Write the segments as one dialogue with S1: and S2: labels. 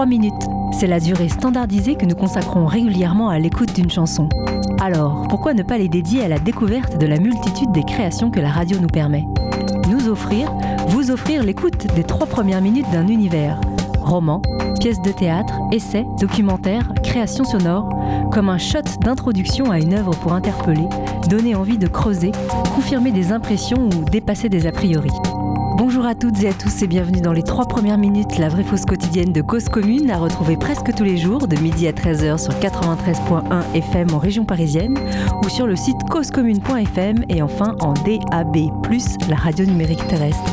S1: 3 minutes. C'est la durée standardisée que nous consacrons régulièrement à l'écoute d'une chanson. Alors, pourquoi ne pas les dédier à la découverte de la multitude des créations que la radio nous permet ? Vous offrir l'écoute des 3 premières minutes d'un univers. Romans, pièces de théâtre, essais, documentaires, créations sonores, comme un shot d'introduction à une œuvre pour interpeller, donner envie de creuser, confirmer des impressions ou dépasser des a priori. Bonjour à toutes et à tous et bienvenue dans les 3 premières minutes, la vraie fausse quotidienne de Cause Commune, à retrouver presque tous les jours de midi à 13h sur 93.1 FM en région parisienne ou sur le site causecommune.fm et enfin en DAB+, la radio numérique terrestre.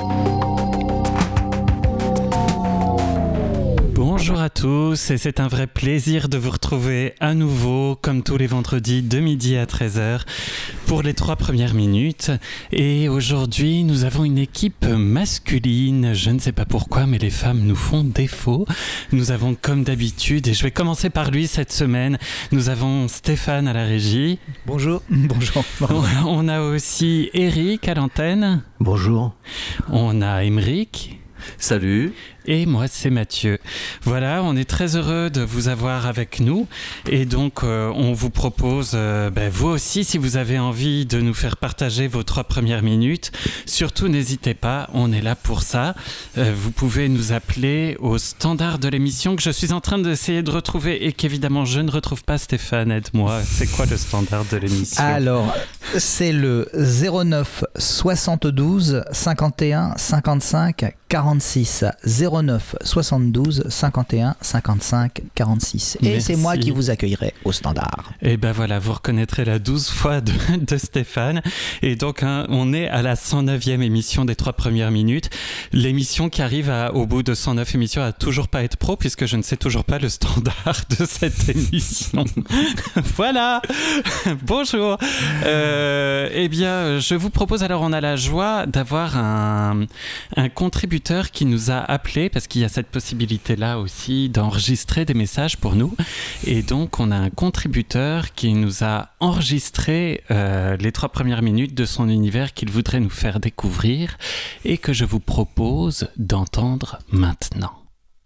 S2: Bonjour à tous et c'est un vrai plaisir de vous retrouver à nouveau comme tous les vendredis de midi à 13h pour les 3 premières minutes. Et aujourd'hui nous avons une équipe masculine, je ne sais pas pourquoi mais les femmes nous font défaut. Nous avons comme d'habitude, et je vais commencer par lui cette semaine, nous avons Stéphane à la régie.
S3: Bonjour. Bonjour.
S2: On a aussi Eric à l'antenne.
S4: Bonjour.
S2: On a Émeric.
S4: Salut.
S2: Et moi, c'est Mathieu. Voilà, on est très heureux de vous avoir avec nous. Et donc, on vous propose, vous aussi, si vous avez envie de nous faire partager vos 3 premières minutes, surtout n'hésitez pas, on est là pour ça. Vous pouvez nous appeler au standard de l'émission que je suis en train d'essayer de retrouver et qu'évidemment, je ne retrouve pas. Stéphane, aide-moi. C'est quoi le standard de l'émission ?
S3: Alors, c'est le 09 72 51 55 46. 09 72 51 55 46. Et
S2: Merci.
S3: C'est moi qui vous accueillerai au standard.
S2: Et ben voilà, vous reconnaîtrez la 12 fois de Stéphane. Et donc, on est à la 109e émission des 3 premières minutes. L'émission qui arrive au bout de 109 émissions à toujours pas être pro, puisque je ne sais toujours pas le standard de cette émission. Voilà. Bonjour. Eh bien, je vous propose, alors on a la joie d'avoir un contributeur qui nous a appelé, parce qu'il y a cette possibilité-là aussi d'enregistrer des messages pour nous. Et donc, on a un contributeur qui nous a enregistré les 3 premières minutes de son univers qu'il voudrait nous faire découvrir et que je vous propose d'entendre maintenant.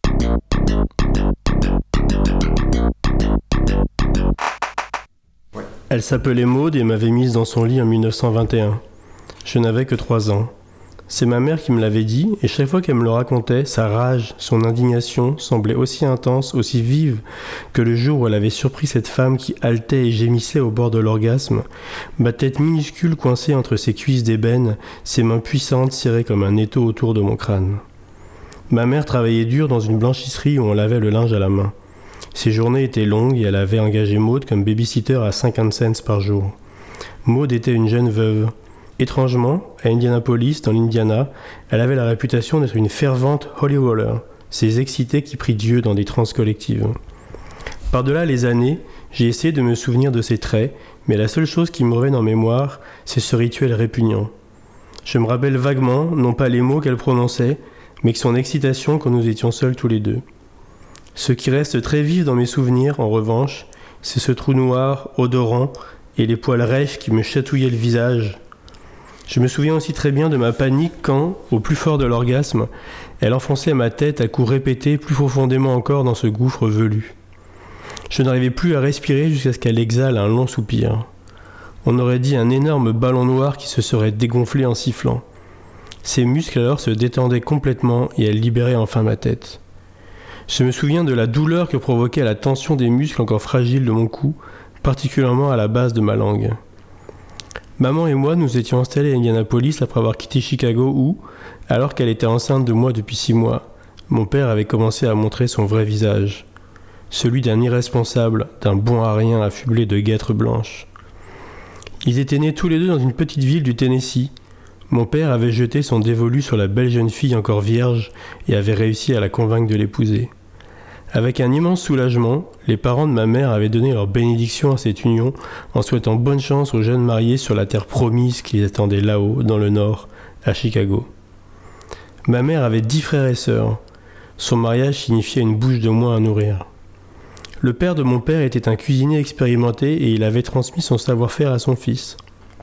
S5: Elle s'appelait Maude et m'avait mise dans son lit en 1921. Je n'avais que 3 ans. C'est ma mère qui me l'avait dit, et chaque fois qu'elle me le racontait, sa rage, son indignation semblaient aussi intenses, aussi vives que le jour où elle avait surpris cette femme qui haletait et gémissait au bord de l'orgasme, ma tête minuscule coincée entre ses cuisses d'ébène, ses mains puissantes serrées comme un étau autour de mon crâne. Ma mère travaillait dur dans une blanchisserie où on lavait le linge à la main. Ses journées étaient longues et elle avait engagé Maude comme babysitter à 50 cents par jour. Maude était une jeune veuve. Étrangement, à Indianapolis, dans l'Indiana, elle avait la réputation d'être une fervente holy roller, ces excités qui prient Dieu dans des transes collectives. Par-delà les années, j'ai essayé de me souvenir de ses traits, mais la seule chose qui me revient en mémoire, c'est ce rituel répugnant. Je me rappelle vaguement, non pas les mots qu'elle prononçait, mais que son excitation quand nous étions seuls tous les deux. Ce qui reste très vif dans mes souvenirs, en revanche, c'est ce trou noir, odorant, et les poils rêches qui me chatouillaient le visage. Je me souviens aussi très bien de ma panique quand, au plus fort de l'orgasme, elle enfonçait ma tête à coups répétés plus profondément encore dans ce gouffre velu. Je n'arrivais plus à respirer jusqu'à ce qu'elle exhale un long soupir. On aurait dit un énorme ballon noir qui se serait dégonflé en sifflant. Ses muscles alors se détendaient complètement et elle libérait enfin ma tête. Je me souviens de la douleur que provoquait la tension des muscles encore fragiles de mon cou, particulièrement à la base de ma langue. Maman et moi nous étions installés à Indianapolis après avoir quitté Chicago où, alors qu'elle était enceinte de moi depuis 6 mois, mon père avait commencé à montrer son vrai visage. Celui d'un irresponsable, d'un bon à rien affublé de guêtres blanches. Ils étaient nés tous les deux dans une petite ville du Tennessee. Mon père avait jeté son dévolu sur la belle jeune fille encore vierge et avait réussi à la convaincre de l'épouser. Avec un immense soulagement, les parents de ma mère avaient donné leur bénédiction à cette union en souhaitant bonne chance aux jeunes mariés sur la terre promise qui les attendait là-haut, dans le nord, à Chicago. Ma mère avait 10 frères et sœurs. Son mariage signifiait une bouche de moins à nourrir. Le père de mon père était un cuisinier expérimenté et il avait transmis son savoir-faire à son fils.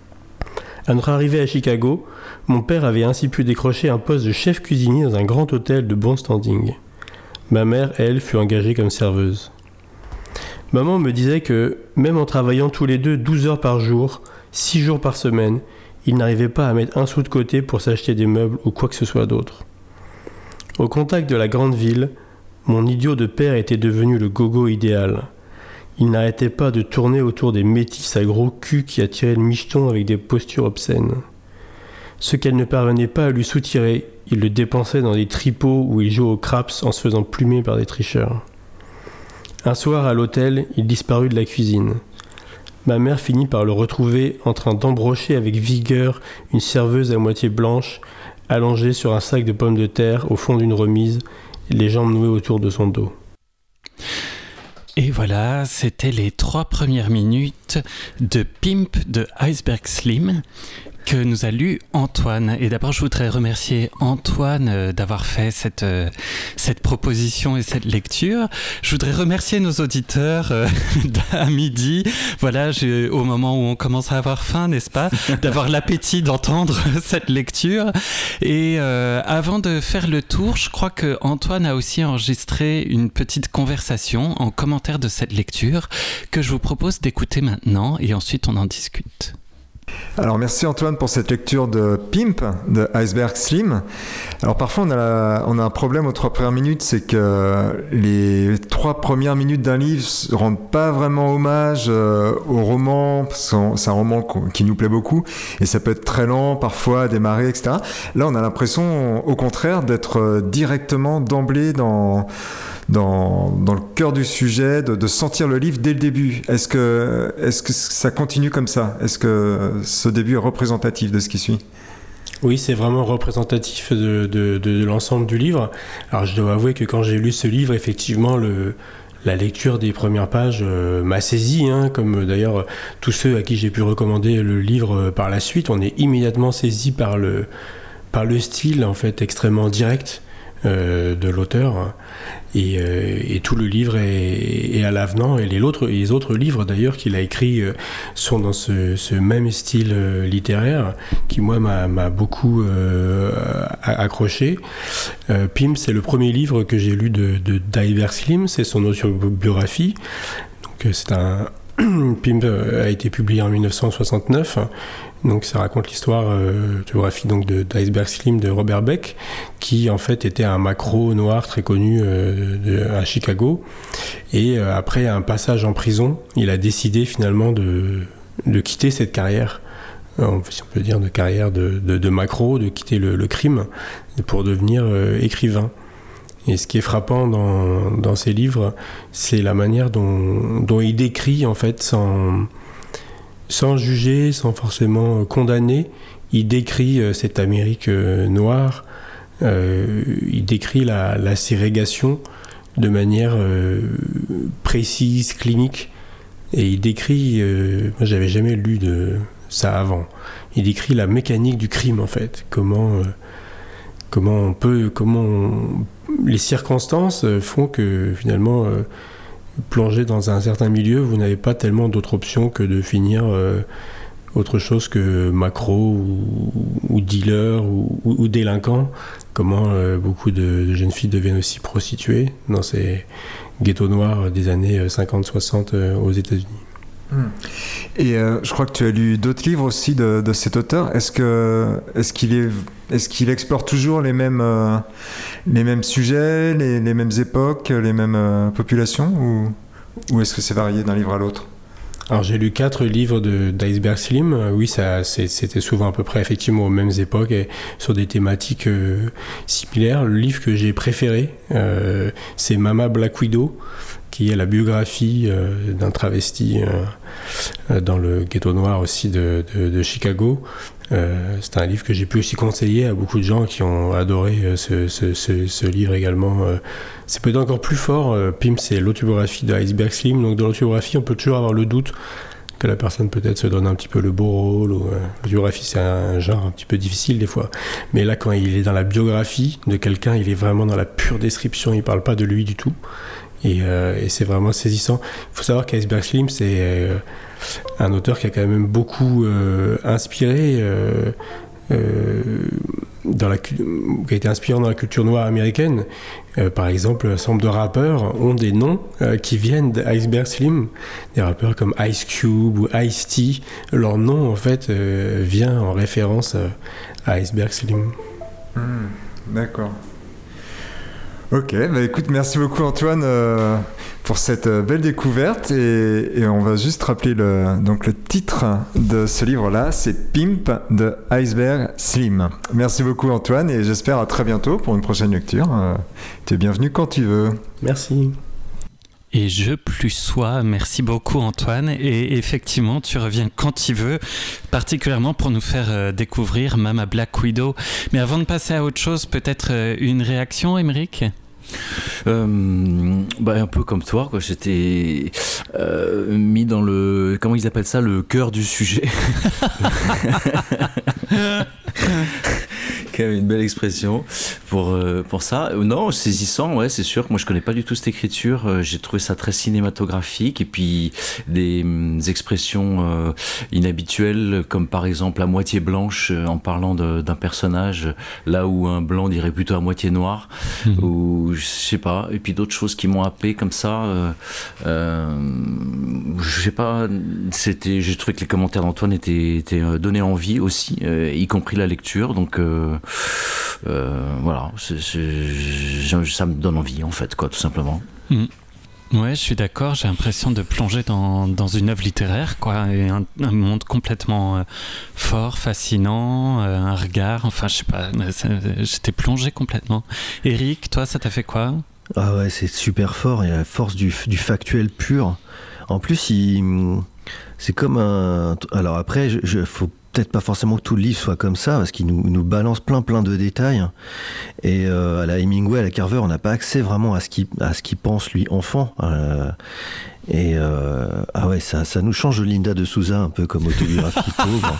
S5: À notre arrivée à Chicago, mon père avait ainsi pu décrocher un poste de chef cuisinier dans un grand hôtel de bon standing. Ma mère, elle, fut engagée comme serveuse. Maman me disait que, même en travaillant tous les deux 12 heures par jour, 6 jours par semaine, ils n'arrivaient pas à mettre un sou de côté pour s'acheter des meubles ou quoi que ce soit d'autre. Au contact de la grande ville, mon idiot de père était devenu le gogo idéal. Il n'arrêtait pas de tourner autour des métisses à gros cul qui attiraient le micheton avec des postures obscènes. Ce qu'elle ne parvenait pas à lui soutirer, il le dépensait dans des tripots où il jouait au craps en se faisant plumer par des tricheurs. Un soir à l'hôtel, il disparut de la cuisine. Ma mère finit par le retrouver en train d'embrocher avec vigueur une serveuse à moitié blanche, allongée sur un sac de pommes de terre au fond d'une remise, les jambes nouées autour de son dos.
S2: Et voilà, c'était les 3 premières minutes de Pimp de Iceberg Slim que nous a lu Antoine. Et d'abord, je voudrais remercier Antoine d'avoir fait cette proposition et cette lecture. Je voudrais remercier nos auditeurs à midi, voilà, au moment où on commence à avoir faim, n'est-ce pas, d'avoir l'appétit d'entendre cette lecture. Et avant de faire le tour, je crois que Antoine a aussi enregistré une petite conversation en commentaire de cette lecture que je vous propose d'écouter maintenant et ensuite on en discute.
S4: Alors merci Antoine pour cette lecture de Pimp de Iceberg Slim. Alors parfois on a un problème aux 3 premières minutes, c'est que les 3 premières minutes d'un livre ne rendent pas vraiment hommage au roman, parce que c'est un roman qui nous plaît beaucoup et ça peut être très lent parfois à démarrer, etc. Là on a l'impression au contraire d'être directement d'emblée dans le cœur du sujet, de sentir le livre dès le début. Est-ce que ça continue comme ça ? Est-ce que ce début est représentatif de ce qui suit ?
S5: Oui, c'est vraiment représentatif de l'ensemble du livre. Alors je dois avouer que quand j'ai lu ce livre, effectivement, la lecture des premières pages m'a saisi, comme d'ailleurs tous ceux à qui j'ai pu recommander le livre par la suite. On est immédiatement saisi par le style, en fait, extrêmement direct de l'auteur. Et tout le livre est à l'avenant, et les autres livres d'ailleurs qu'il a écrits sont dans ce même style littéraire qui moi m'a beaucoup accroché. Pimp, c'est le premier livre que j'ai lu d'Iceberg Slim, c'est son autobiographie. Donc Pimp a été publié en 1969. Donc ça raconte l'histoire, biographie donc d'Iceberg Slim de Robert Beck, qui en fait était un macro noir très connu à Chicago. Et après un passage en prison, il a décidé finalement de quitter cette carrière, si on peut dire de carrière de macro, de quitter le crime pour devenir écrivain. Et ce qui est frappant dans ses livres, c'est la manière dont il décrit en fait sans juger, sans forcément condamner, il décrit cette Amérique noire, il décrit la ségrégation de manière précise, clinique, et il décrit, moi j'avais jamais lu de ça avant, il décrit la mécanique du crime en fait, comment les circonstances font que finalement plongé dans un certain milieu, vous n'avez pas tellement d'autres options que de finir autre chose que macro ou dealer ou délinquant. Comment beaucoup de jeunes filles deviennent aussi prostituées dans ces ghettos noirs des années 50-60 aux États-Unis.
S4: Et je crois que tu as lu d'autres livres aussi de cet auteur. Est-ce qu'il explore toujours les mêmes sujets, les mêmes époques, les mêmes populations, ou est-ce que c'est varié d'un livre à l'autre ?
S5: Alors j'ai lu 4 livres d'Iceberg Slim. Oui, c'était souvent à peu près effectivement aux mêmes époques et sur des thématiques similaires. Le livre que j'ai préféré, c'est Mama Black Widow, qui est la biographie d'un travesti dans le ghetto noir aussi de Chicago. C'est un livre que j'ai pu aussi conseiller à beaucoup de gens qui ont adoré ce livre également. C'est peut-être encore plus fort. Pimp, c'est l'autobiographie d'Iceberg Slim. Donc dans l'autobiographie, on peut toujours avoir le doute que la personne peut-être se donne un petit peu le beau rôle. L'autobiographie, c'est un genre un petit peu difficile des fois. Mais là, quand il est dans la biographie de quelqu'un, il est vraiment dans la pure description. Il ne parle pas de lui du tout. Et c'est vraiment saisissant. Il faut savoir qu'Iceberg Slim, c'est un auteur qui a quand même beaucoup inspiré qui a été inspirant dans la culture noire américaine. Par exemple, un certain nombre de rappeurs ont des noms qui viennent d'Iceberg Slim. Des rappeurs comme Ice Cube ou Ice-T, leur nom en fait vient en référence à Iceberg Slim.
S4: D'accord. Ok, bah écoute, merci beaucoup Antoine pour cette belle découverte et on va juste rappeler le titre de ce livre-là, c'est Pimp de Iceberg Slim. Merci beaucoup Antoine et j'espère à très bientôt pour une prochaine lecture. Tu es bienvenu quand tu veux.
S5: Merci.
S2: Et je plus sois, merci beaucoup Antoine, et effectivement tu reviens quand tu veux, particulièrement pour nous faire découvrir Mama Black Widow. Mais avant de passer à autre chose, peut-être une réaction, Émeric ?
S6: Un peu comme toi, quoi. J'étais mis dans le, comment ils appellent ça, le cœur du sujet. Quand même une belle expression pour ça. Non, saisissant, ouais, c'est sûr que moi je connais pas du tout cette écriture. J'ai trouvé ça très cinématographique et puis des expressions inhabituelles, comme par exemple à moitié blanche en parlant d'un personnage, là où un blanc dirait plutôt à moitié noir, ou je sais pas. Et puis d'autres choses qui m'ont happé comme ça. Je sais pas. J'ai trouvé que les commentaires d'Antoine étaient donnés envie aussi, y compris la lecture. Donc voilà, ça me donne envie en fait, quoi, tout simplement.
S2: Ouais, je suis d'accord, j'ai l'impression de plonger dans une œuvre littéraire, quoi, et un monde complètement fort, fascinant, un regard, enfin je sais pas, j'étais plongé complètement. Eric, toi ça t'a fait quoi ?
S7: Ah ouais, c'est super fort, il y a la force du factuel pur. En plus, c'est comme un... Alors après, faut peut-être pas forcément que tout le livre soit comme ça, parce qu'il nous balance plein de détails. Et à la Hemingway, à la Carver, on n'a pas accès vraiment à ce qu'il pense, lui, enfant. Ah ouais, ça nous change de Linda de Souza, un peu comme autobiographie pauvre.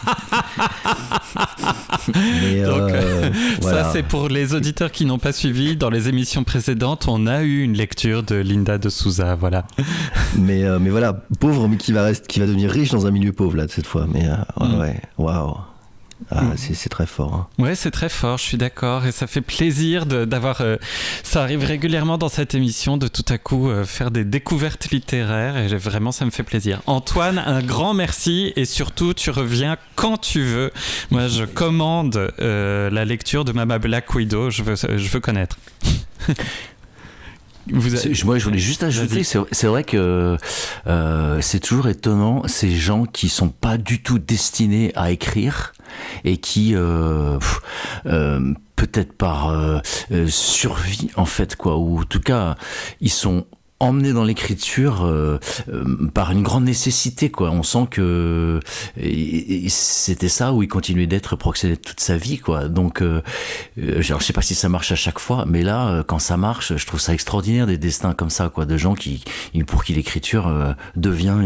S7: Mais
S2: donc,
S7: voilà.
S2: Ça c'est pour les auditeurs qui n'ont pas suivi. Dans les émissions précédentes, on a eu une lecture de Linda de Souza, voilà.
S7: Mais voilà, pauvre, mais qui va devenir riche dans un milieu pauvre là cette fois. Mais ouais, waouh. C'est très fort. Hein.
S2: Ouais, c'est très fort, je suis d'accord. Et ça fait plaisir d'avoir... ça arrive régulièrement dans cette émission de tout à coup faire des découvertes littéraires. Et vraiment, ça me fait plaisir. Antoine, un grand merci. Et surtout, tu reviens quand tu veux. Moi, je commande la lecture de Mama Black Widow. Je veux connaître.
S6: Moi, je voulais juste ajouter, c'est vrai que c'est toujours étonnant, ces gens qui sont pas du tout destinés à écrire et qui peut-être par survie en fait, quoi, ou en tout cas ils sont emmené dans l'écriture par une grande nécessité, quoi. On sent que c'était ça où il continuait d'être Proxénète toute sa vie, quoi. Donc je sais pas si ça marche à chaque fois, mais là quand ça marche, je trouve ça extraordinaire, des destins comme ça, quoi, de gens pour qui l'écriture devient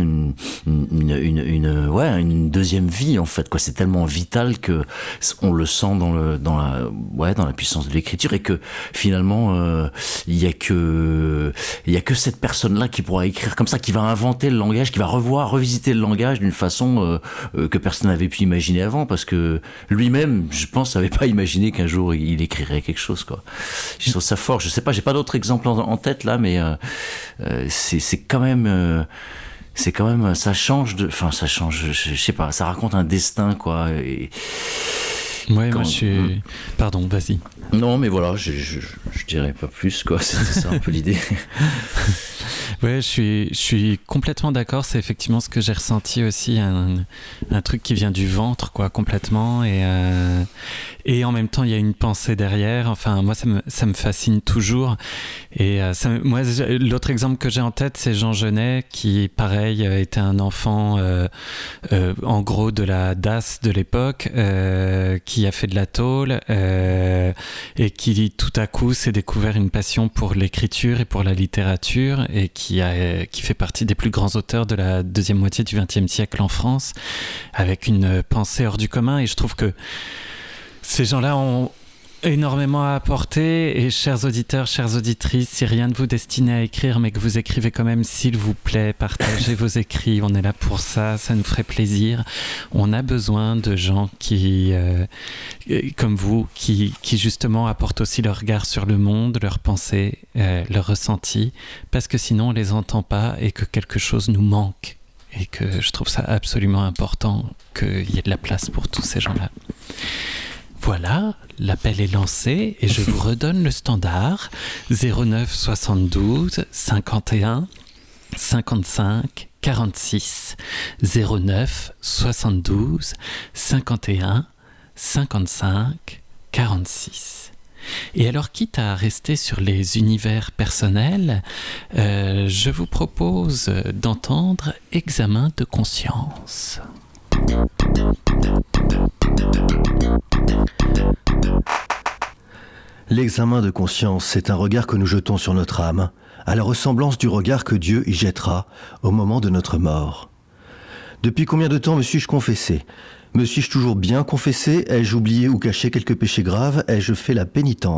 S6: une deuxième vie en fait, quoi. C'est tellement vital que on le sent dans la puissance de l'écriture, et que finalement il y a que cette personne-là qui pourra écrire comme ça, qui va inventer le langage, qui va revisiter le langage d'une façon que personne n'avait pu imaginer avant, parce que lui-même, je pense, n'avait pas imaginé qu'un jour il écrirait quelque chose, quoi. Je trouve ça fort. Je sais pas, j'ai pas d'autres exemples en tête là, mais c'est quand même, ça change, je sais pas, ça raconte un destin, quoi. Et
S2: ouais, moi je suis... Pardon, vas-y.
S6: Non, mais voilà, je dirais pas plus, quoi. C'était ça un peu l'idée.
S2: Ouais, je suis complètement d'accord. C'est effectivement ce que j'ai ressenti aussi, un truc qui vient du ventre, quoi, complètement. Et en même temps, il y a une pensée derrière. Enfin, moi, ça me fascine toujours. Et moi, l'autre exemple que j'ai en tête, c'est Jean Genet, qui, pareil, était un enfant, en gros, de la DAS de l'époque, qui a fait de la tôle, et qui, tout à coup, s'est découvert une passion pour l'écriture et pour la littérature, et qui fait partie des plus grands auteurs de la deuxième moitié du XXe siècle en France, avec une pensée hors du commun. Et je trouve que ces gens-là ont énormément à apporter et chers auditeurs, chères auditrices, si rien ne vous destine à écrire mais que vous écrivez quand même, s'il vous plaît, partagez vos écrits, on est là pour ça nous ferait plaisir. On a besoin de gens qui, comme vous, qui justement apportent aussi leur regard sur le monde, leurs pensées, leurs ressentis, parce que sinon on les entend pas et que quelque chose nous manque et que je trouve ça absolument important qu'il y ait de la place pour tous ces gens-là. Voilà, l'appel est lancé et je vous redonne le standard 09 72 51 55 46 09 72 51 55 46. Et alors, quitte à rester sur les univers personnels, je vous propose d'entendre Examen de conscience.
S7: L'examen de conscience, c'est un regard que nous jetons sur notre âme, à la ressemblance du regard que Dieu y jettera au moment de notre mort. Depuis combien de temps me suis-je confessé ? Me suis-je toujours bien confessé ? Ai-je oublié ou caché quelques péchés graves ? Ai-je fait la pénitence ?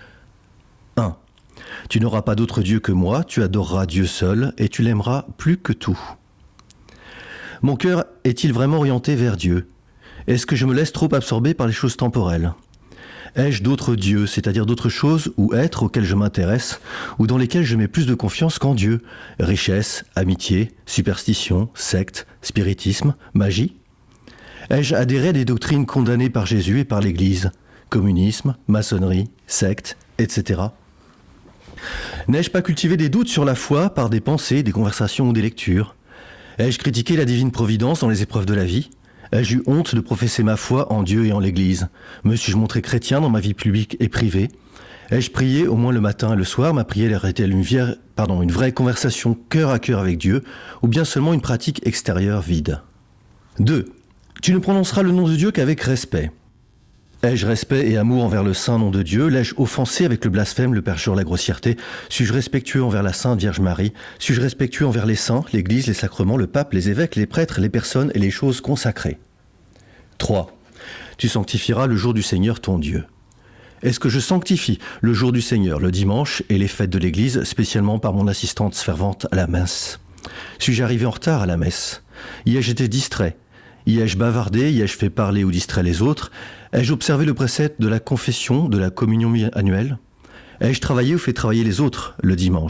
S7: 1. Tu n'auras pas d'autre Dieu que moi, tu adoreras Dieu seul, et tu l'aimeras plus que tout. Mon cœur est-il vraiment orienté vers Dieu ? Est-ce que je me laisse trop absorber par les choses temporelles ? Ai-je d'autres dieux, c'est-à-dire d'autres choses ou êtres auxquels je m'intéresse, ou dans lesquels je mets plus de confiance qu'en Dieu ? Richesse, amitié, superstition, secte, spiritisme, magie ? Ai-je adhéré à des doctrines condamnées par Jésus et par l'Église ? Communisme, maçonnerie, secte, etc. N'ai-je pas cultivé des doutes sur la foi par des pensées, des conversations ou des lectures ? Ai-je critiqué la divine providence dans les épreuves de la vie ? Ai-je eu honte de professer ma foi en Dieu et en l'Église ? Me suis-je montré chrétien dans ma vie publique et privée ? Ai-je prié au moins le matin et le soir ? Ma prière est-elle une vraie conversation cœur à cœur avec Dieu, ou bien seulement une pratique extérieure vide ? 2. Tu ne prononceras le nom de Dieu qu'avec respect. Ai-je respect et amour envers le saint nom de Dieu ? L'ai-je offensé avec le blasphème, le perjure, la grossièreté ? Suis-je respectueux envers la Sainte Vierge Marie ? Suis-je respectueux envers les saints, l'Église, les sacrements, le pape, les évêques, les prêtres, les personnes et les choses consacrées ? 3. Tu sanctifieras le jour du Seigneur ton Dieu. Est-ce que je sanctifie le jour du Seigneur, le dimanche et les fêtes de l'Église, spécialement par mon assistante fervente à la messe ? Suis-je arrivé en retard à la messe ? Y ai-je été distrait ? Y ai-je bavardé ? Y ai-je fait parler ou distraire les autres ? Ai-je observé le précepte de la confession, de la communion annuelle ? Ai-je travaillé ou fait travailler les autres le dimanche ?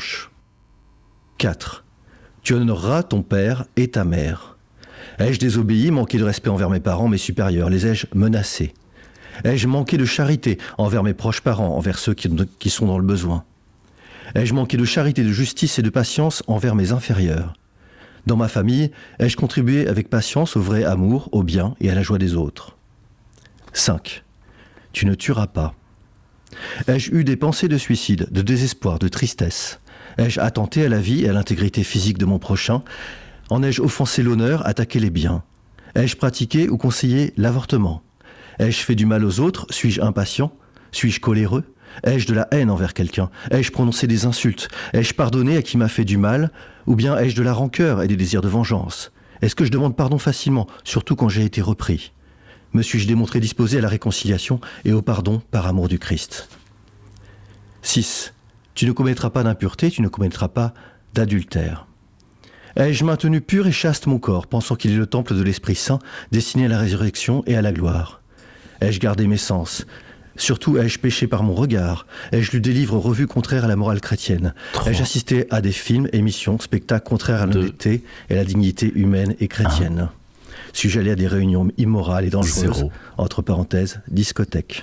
S7: 4. Tu honoreras ton père et ta mère. Ai-je désobéi, manqué de respect envers mes parents, mes supérieurs ? Les ai-je menacés ? Ai-je manqué de charité envers mes proches parents, envers ceux qui sont dans le besoin ? Ai-je manqué de charité, de justice et de patience envers mes inférieurs ? Dans ma famille, ai-je contribué avec patience au vrai amour, au bien et à la joie des autres ? 5. Tu ne tueras pas. Ai-je eu des pensées de suicide, de désespoir, de tristesse ? Ai-je attenté à la vie et à l'intégrité physique de mon prochain ? En ai-je offensé l'honneur, attaqué les biens ? Ai-je pratiqué ou conseillé l'avortement ? Ai-je fait du mal aux autres ? Suis-je impatient ? Suis-je coléreux ? Ai-je de la haine envers quelqu'un ? Ai-je prononcé des insultes ? Ai-je pardonné à qui m'a fait du mal ? Ou bien ai-je de la rancœur et des désirs de vengeance ? Est-ce que je demande pardon facilement, surtout quand j'ai été repris ? Me suis-je démontré disposé à la réconciliation et au pardon par amour du Christ ? 6. Tu ne commettras pas d'impureté, tu ne commettras pas d'adultère. Ai-je maintenu pur et chaste mon corps, pensant qu'il est le temple de l'Esprit Saint, destiné à la résurrection et à la gloire ? Ai-je gardé mes sens ? Surtout, ai-je péché par mon regard ? Ai-je lu des livres revus contraires à la morale chrétienne ?
S6: 3.
S7: Ai-je assisté à des films, émissions, spectacles contraires à l'honnêteté et à la dignité humaine et chrétienne ? Suis-je allé à des réunions immorales et dangereuses ?
S6: 0.
S7: Entre parenthèses, discothèque.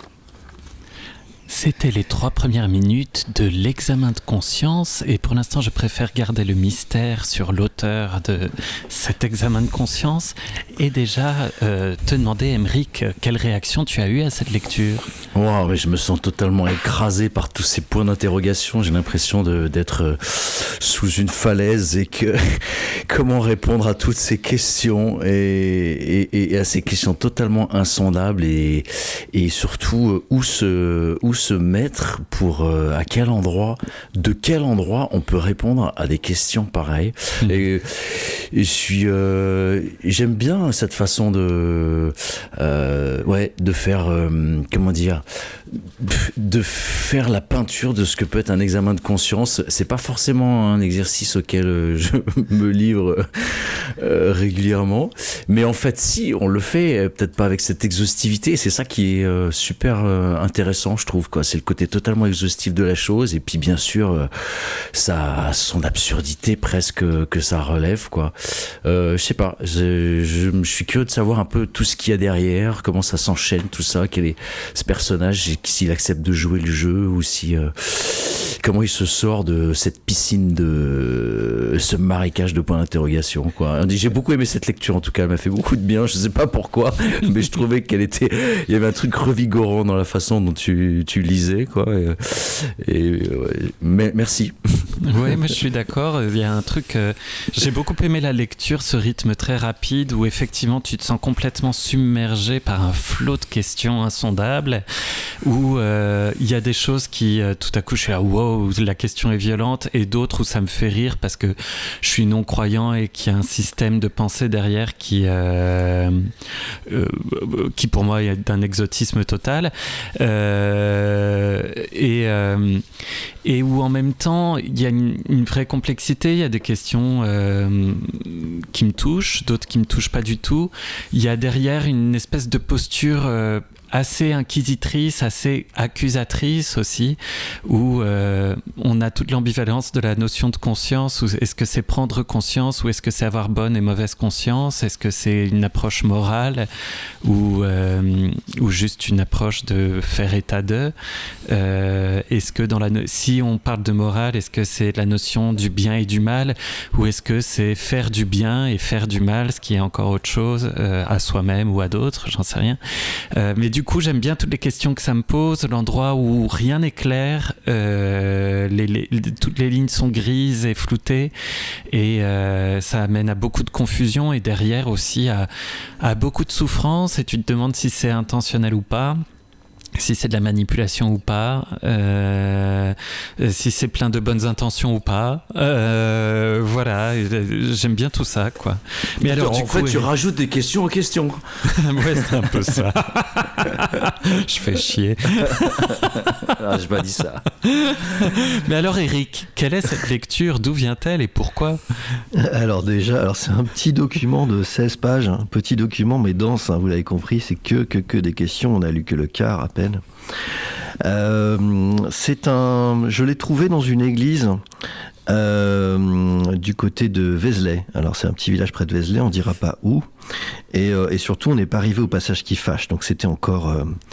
S2: C'était les 3 premières minutes de l'examen de conscience et pour l'instant je préfère garder le mystère sur l'auteur de cet examen de conscience et déjà te demander, Aymeric, quelle réaction tu as eue à cette lecture ?
S6: Wow, mais je me sens totalement écrasé par tous ces points d'interrogation. J'ai l'impression d'être sous une falaise et que comment répondre à toutes ces questions et à ces questions totalement insondables et surtout où se mettre pour de quel endroit on peut répondre à des questions pareilles. Et j'aime bien cette façon de faire de faire la peinture de ce que peut être un examen de conscience. C'est pas forcément un exercice auquel je me livre régulièrement, mais en fait si on le fait, peut-être pas avec cette exhaustivité. C'est ça qui est super intéressant, je trouve, quoi. C'est le côté totalement exhaustif de la chose, et puis bien sûr ça a son absurdité presque que ça relève, quoi. Je sais pas, je suis curieux de savoir un peu tout ce qu'il y a derrière, comment ça s'enchaîne, tout ça, quel est ce personnage, s'il accepte de jouer le jeu, ou si comment il se sort de cette piscine, de ce marécage de points d'interrogation, quoi. J'ai beaucoup aimé cette lecture, en tout cas, elle m'a fait beaucoup de bien, je sais pas pourquoi, mais je trouvais il y avait un truc revigorant dans la façon dont tu lisais, quoi. Mais merci.
S2: Oui, mais je suis d'accord. Il y a un truc. J'ai beaucoup aimé la lecture, ce rythme très rapide où effectivement tu te sens complètement submergé par un flot de questions insondables, où il y a des choses qui tout à coup je suis là, wow, la question est violente, et d'autres où ça me fait rire parce que je suis non-croyant et qu'il y a un système de pensée derrière qui pour moi est d'un exotisme total, et où en même temps il y a une vraie complexité. Il y a des questions qui me touchent, d'autres qui me touchent pas du tout. Il y a derrière une espèce de posture assez inquisitrice, assez accusatrice aussi, où on a toute l'ambivalence de la notion de conscience. Ou est-ce que c'est prendre conscience, ou est-ce que c'est avoir bonne et mauvaise conscience? Est-ce que c'est une approche morale, ou juste une approche de faire état d'eux? Est-ce que si on parle de morale, est-ce que c'est la notion du bien et du mal, ou est-ce que c'est faire du bien et faire du mal, ce qui est encore autre chose, à soi-même ou à d'autres, j'en sais rien. Mais du coup, j'aime bien toutes les questions que ça me pose, l'endroit où rien n'est clair, toutes les lignes sont grises et floutées, et ça amène à beaucoup de confusion, et derrière aussi à beaucoup de souffrance, et tu te demandes si c'est intentionnel ou pas, si c'est de la manipulation ou pas, si c'est plein de bonnes intentions ou pas, voilà, j'aime bien tout ça, quoi. Mais alors,
S6: en fait, tu rajoutes des questions aux questions.
S2: Ouais, c'est un peu ça. Je fais chier.
S6: Ah, je m'as dit ça.
S2: Mais alors, Eric, quelle est cette lecture? D'où vient-elle et pourquoi?
S7: Alors déjà, c'est un petit document de 16 pages, un petit document mais dense, hein, vous l'avez compris, c'est que des questions, on a lu que le quart à peine. Je l'ai trouvé dans une église du côté de Vézelay. Alors c'est un petit village près de Vézelay, on dira pas où. Et surtout, on n'est pas arrivé au passage qui fâche. Donc c'était encore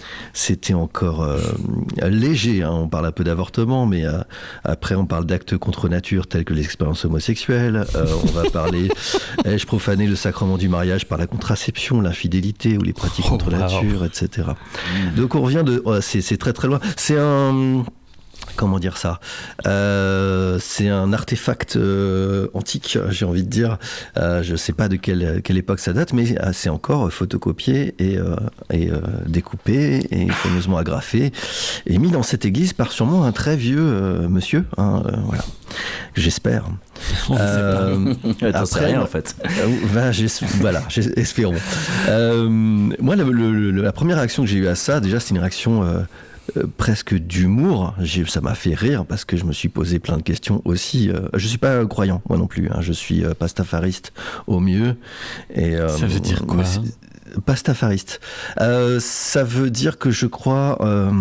S7: léger. Hein. On parle un peu d'avortement, mais après on parle d'actes contre nature tels que les expériences homosexuelles. On va parler, ai-je profané le sacrement du mariage par la contraception, l'infidélité ou les pratiques contre nature, etc. Donc on revient c'est très très loin. C'est un... Comment dire ça? C'est un artefact antique, j'ai envie de dire. Je ne sais pas de quelle époque ça date, mais c'est encore photocopié et découpé et soigneusement agrafé et mis dans cette église par sûrement un très vieux monsieur. Voilà, j'espère.
S6: T'en sais rien en fait.
S7: Voilà, espérons. Moi, la première réaction que j'ai eue à ça, déjà, c'est une réaction... presque d'humour. Ça m'a fait rire parce que je me suis posé plein de questions aussi. Je suis pas croyant, moi non plus. Hein. Je suis pastafariste au mieux. Et,
S2: ça veut dire quoi?
S7: Pastafariste. Ça veut dire que je crois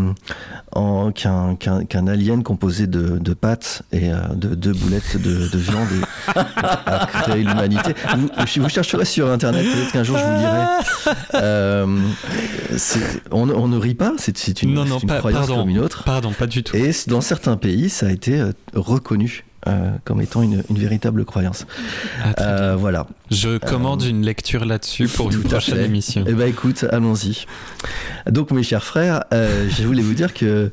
S7: qu'un alien composé de pâtes et de 2 boulettes de viande a créé l'humanité. Vous chercherez sur Internet, peut-être qu'un jour je vous dirai. On ne rit pas, c'est une croyance comme une autre.
S2: Pardon, pas du tout.
S7: Et dans certains pays, ça a été reconnu. Comme étant une véritable croyance. Voilà.
S2: Je commande une lecture là-dessus pour une prochaine émission.
S7: Eh ben écoute, allons-y. Donc mes chers frères, je voulais vous dire que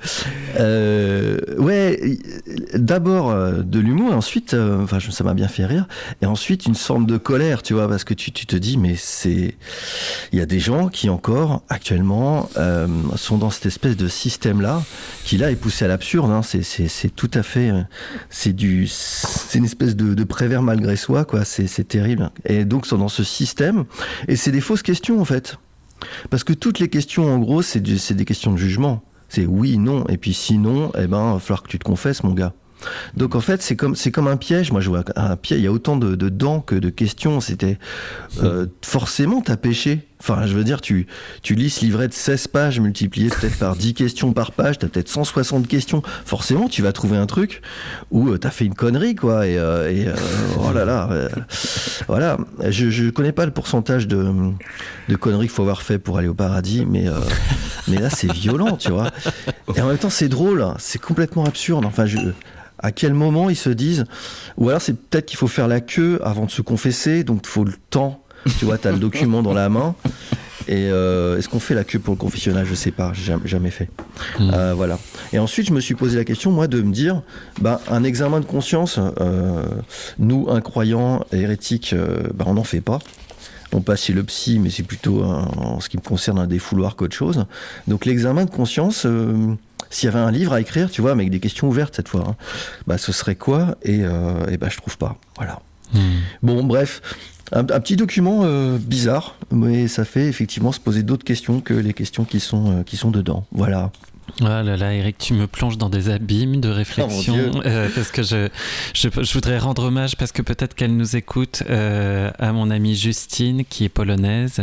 S7: d'abord de l'humour, ensuite, ça m'a bien fait rire, et ensuite une forme de colère, tu vois, parce que tu te dis, mais il y a des gens qui encore actuellement sont dans cette espèce de système-là, qui là est poussé à l'absurde. Hein. C'est tout à fait, c'est une espèce de prévers malgré soi, quoi. C'est terrible. Et donc sont dans ce système, et c'est des fausses questions en fait, parce que toutes les questions en gros c'est des questions de jugement. C'est oui, non, et puis sinon, il va falloir que tu te confesses, mon gars. Donc en fait, c'est comme un piège. Moi, je vois un piège. Il y a autant de dents que de questions. C'était forcément t'as pêché. Enfin, je veux dire, tu lis ce livret de 16 pages multiplié peut-être par 10 questions par page. T'as peut-être 160 questions. Forcément, tu vas trouver un truc où t'as fait une connerie, quoi. Et oh là là, voilà. Je connais pas le pourcentage de conneries qu'il faut avoir fait pour aller au paradis, mais là, c'est violent, tu vois. Et en même temps, c'est drôle. C'est complètement absurde. Enfin, à quel moment ils se disent, ou alors c'est peut-être qu'il faut faire la queue avant de se confesser, donc il faut le temps, tu vois, t'as le document dans la main, et est-ce qu'on fait la queue pour le confessionnal? Je sais pas, j'ai jamais fait. Voilà. Et ensuite je me suis posé la question, moi, de me dire, un examen de conscience, nous, incroyants, hérétiques, on n'en fait pas. On passe chez le psy, mais c'est plutôt, en ce qui me concerne, un défouloir qu'autre chose. Donc l'examen de conscience, s'il y avait un livre à écrire, tu vois, avec des questions ouvertes cette fois, ce serait quoi? Et je trouve pas. Voilà. Bon, bref, un petit document bizarre, mais ça fait effectivement se poser d'autres questions que les questions qui sont dedans. Voilà.
S2: Ah là là, Eric, tu me plonges dans des abîmes de réflexion, parce que je voudrais rendre hommage, parce que peut-être qu'elle nous écoute, à mon amie Justine, qui est polonaise,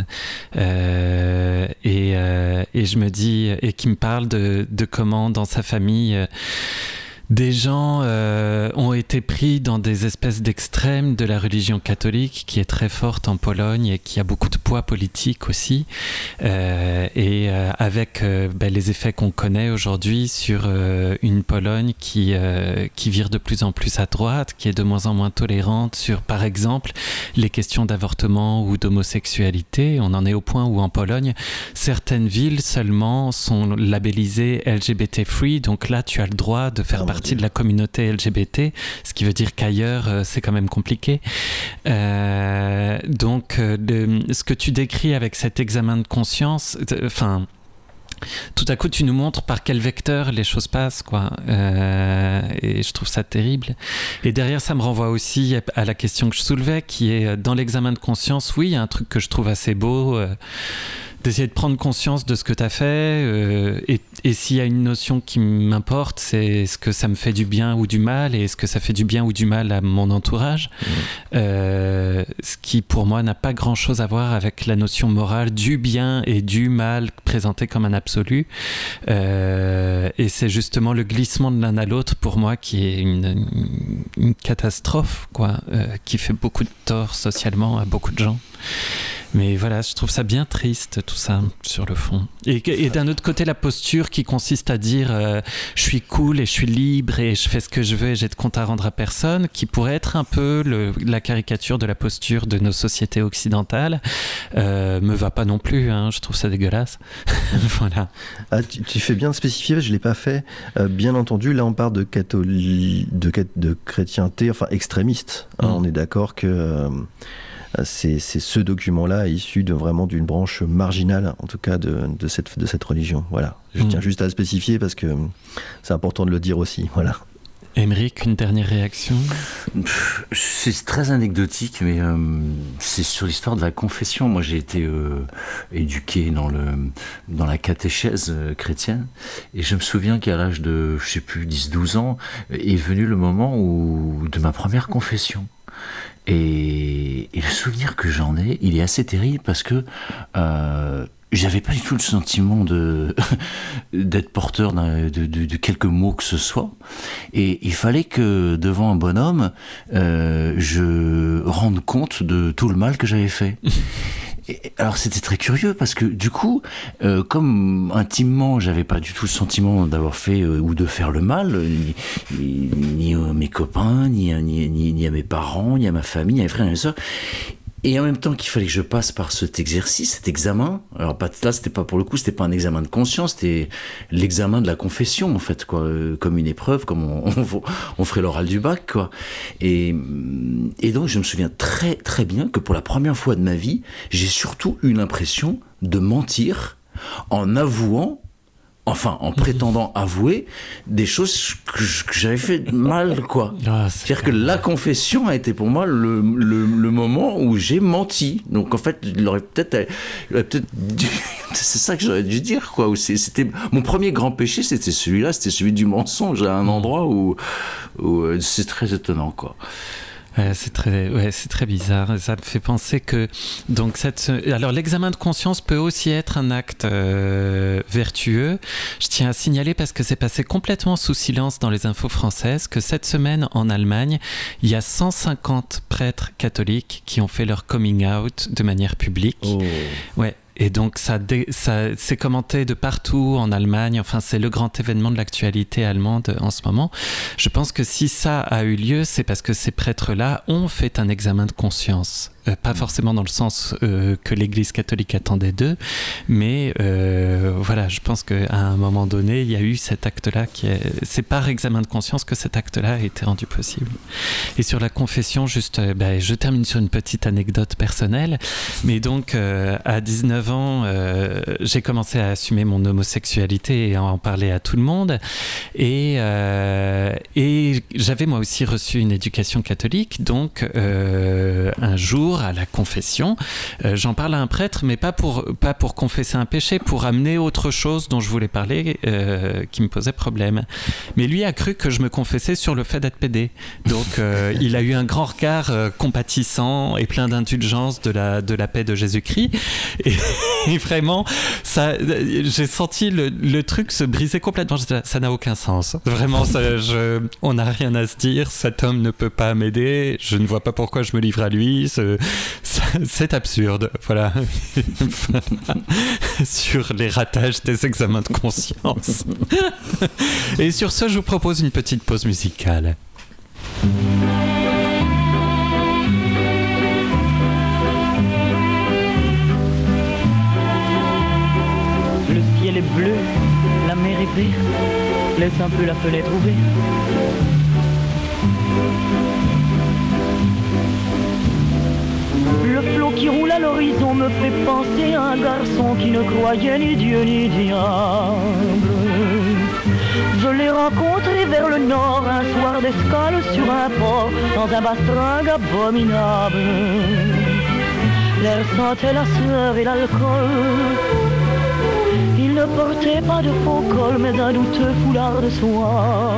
S2: et je me dis, et qui me parle de comment dans sa famille des gens ont été pris dans des espèces d'extrêmes de la religion catholique, qui est très forte en Pologne et qui a beaucoup de poids politique aussi, et avec les effets qu'on connaît aujourd'hui sur une Pologne qui vire de plus en plus à droite, qui est de moins en moins tolérante sur, par exemple, les questions d'avortement ou d'homosexualité. On en est au point où en Pologne, certaines villes seulement sont labellisées LGBT-free, donc là tu as le droit de faire partie de la communauté LGBT, ce qui veut dire qu'ailleurs c'est quand même compliqué. Donc ce que tu décris avec cet examen de conscience, tout à coup tu nous montres par quel vecteur les choses passent, quoi. Et je trouve ça terrible. Et derrière ça me renvoie aussi à la question que je soulevais, qui est dans l'examen de conscience. Oui, il y a un truc que je trouve assez beau, d'essayer de prendre conscience de ce que tu as fait, et s'il y a une notion qui m'importe, c'est est-ce que ça me fait du bien ou du mal, et est-ce que ça fait du bien ou du mal à mon entourage, ce qui pour moi n'a pas grand chose à voir avec la notion morale du bien et du mal présenté comme un absolu, et c'est justement le glissement de l'un à l'autre pour moi qui est une catastrophe, quoi, qui fait beaucoup de tort socialement à beaucoup de gens. Mais voilà, je trouve ça bien triste, tout ça, sur le fond. Et d'un autre côté, la posture qui consiste à dire je suis cool et je suis libre et je fais ce que je veux et j'ai de compte à rendre à personne, qui pourrait être un peu la caricature de la posture de nos sociétés occidentales, me va pas non plus, hein, je trouve ça dégueulasse. Voilà. Ah,
S7: tu fais bien de spécifier, je l'ai pas fait. Bien entendu, là on parle de chrétienté, enfin extrémiste. Hein, on est d'accord que... c'est ce document-là issu vraiment d'une branche marginale, en tout cas de cette religion. Voilà. Je tiens juste à le spécifier parce que c'est important de le dire aussi. Voilà.
S2: Émeric, une dernière réaction?
S6: C'est très anecdotique, mais c'est sur l'histoire de la confession. Moi, j'ai été éduqué dans la catéchèse chrétienne, et je me souviens qu'à l'âge de, je sais plus, 10-12 ans, est venu le moment de ma première confession. Et le souvenir que j'en ai, il est assez terrible parce que j'avais pas du tout le sentiment d'être porteur de quelques mots que ce soit. Et il fallait que devant un bonhomme, je rende compte de tout le mal que j'avais fait. Alors c'était très curieux parce que du coup, comme intimement j'avais pas du tout le sentiment d'avoir fait ou de faire le mal, ni à mes copains, ni à mes parents, ni à ma famille, ni à mes frères et mes sœurs. Et en même temps qu'il fallait que je passe par cet exercice, cet examen. Alors là, c'était pas pour le coup, c'était pas un examen de conscience, c'était l'examen de la confession en fait, quoi, comme une épreuve, comme on ferait l'oral du bac, quoi. Et donc je me souviens très très bien que pour la première fois de ma vie, j'ai surtout eu l'impression de mentir en avouant. Enfin, en prétendant avouer des choses que j'avais fait mal, quoi. C'est-à-dire que la confession a été pour moi le moment où j'ai menti. Donc en fait, il aurait peut-être c'est ça que j'aurais dû dire, quoi. C'était mon premier grand péché, c'était celui-là, c'était celui du mensonge à un endroit où c'est très étonnant, quoi.
S2: C'est très bizarre. Ça me fait penser que alors l'examen de conscience peut aussi être un acte vertueux. Je tiens à signaler, parce que c'est passé complètement sous silence dans les infos françaises, que cette semaine en Allemagne, il y a 150 prêtres catholiques qui ont fait leur coming out de manière publique. Oh. Ouais. Et donc ça c'est commenté de partout en Allemagne. Enfin, c'est le grand événement de l'actualité allemande en ce moment. Je pense que si ça a eu lieu, c'est parce que ces prêtres-là ont fait un examen de conscience. Pas forcément dans le sens que l'Église catholique attendait d'eux, mais voilà, je pense qu'à un moment donné, il y a eu cet acte-là c'est par examen de conscience que cet acte-là a été rendu possible. Et sur la confession, juste, je termine sur une petite anecdote personnelle, mais donc à 19 ans, j'ai commencé à assumer mon homosexualité et à en parler à tout le monde, et j'avais moi aussi reçu une éducation catholique, donc un jour, à la confession, j'en parle à un prêtre, mais pas pour confesser un péché, pour amener autre chose dont je voulais parler, qui me posait problème. Mais lui a cru que je me confessais sur le fait d'être pédé. Donc il a eu un grand regard compatissant et plein d'indulgence de la paix de Jésus-Christ. Et vraiment, j'ai senti le truc se briser complètement. J'étais là, ça n'a aucun sens. Vraiment, on n'a rien à se dire. Cet homme ne peut pas m'aider. Je ne vois pas pourquoi je me livre à lui. C'est absurde, voilà. Sur les ratages des examens de conscience. Et sur ce, je vous propose une petite pause musicale.
S8: Le ciel est bleu, la mer est verte, laisse un peu la fenêtre ouverte. Le flot qui roule à l'horizon me fait penser à un garçon qui ne croyait ni Dieu ni diable. Je l'ai rencontré vers le nord un soir d'escale sur un port, dans un bastringue abominable. L'air sentait la sueur et l'alcool. Il ne portait pas de faux col, mais un douteux foulard de soie.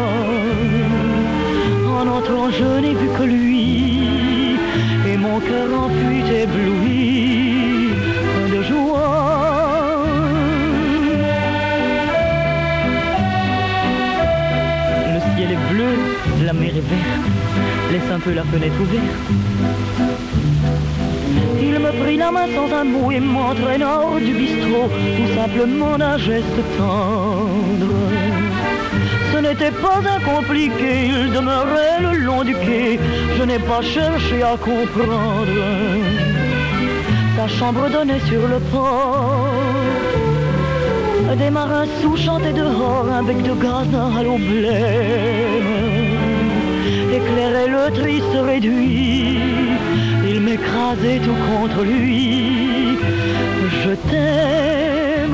S8: En entrant, je n'ai vu que lui, et mon cœur en fut ébloui de joie. Le ciel est bleu, la mer est verte, laisse un peu la fenêtre ouverte. Il me prit la main sans un mot et m'entraîna hors du bistrot, tout simplement d'un geste tendre. Ce n'était pas incompliqué, il demeurait le long du quai, je n'ai pas cherché à comprendre. Sa chambre donnait sur le port, des marins sous chantaient dehors, un bec de gaz d'un halo blême éclairait le triste réduit. Il m'écrasait tout contre lui, je t'aime.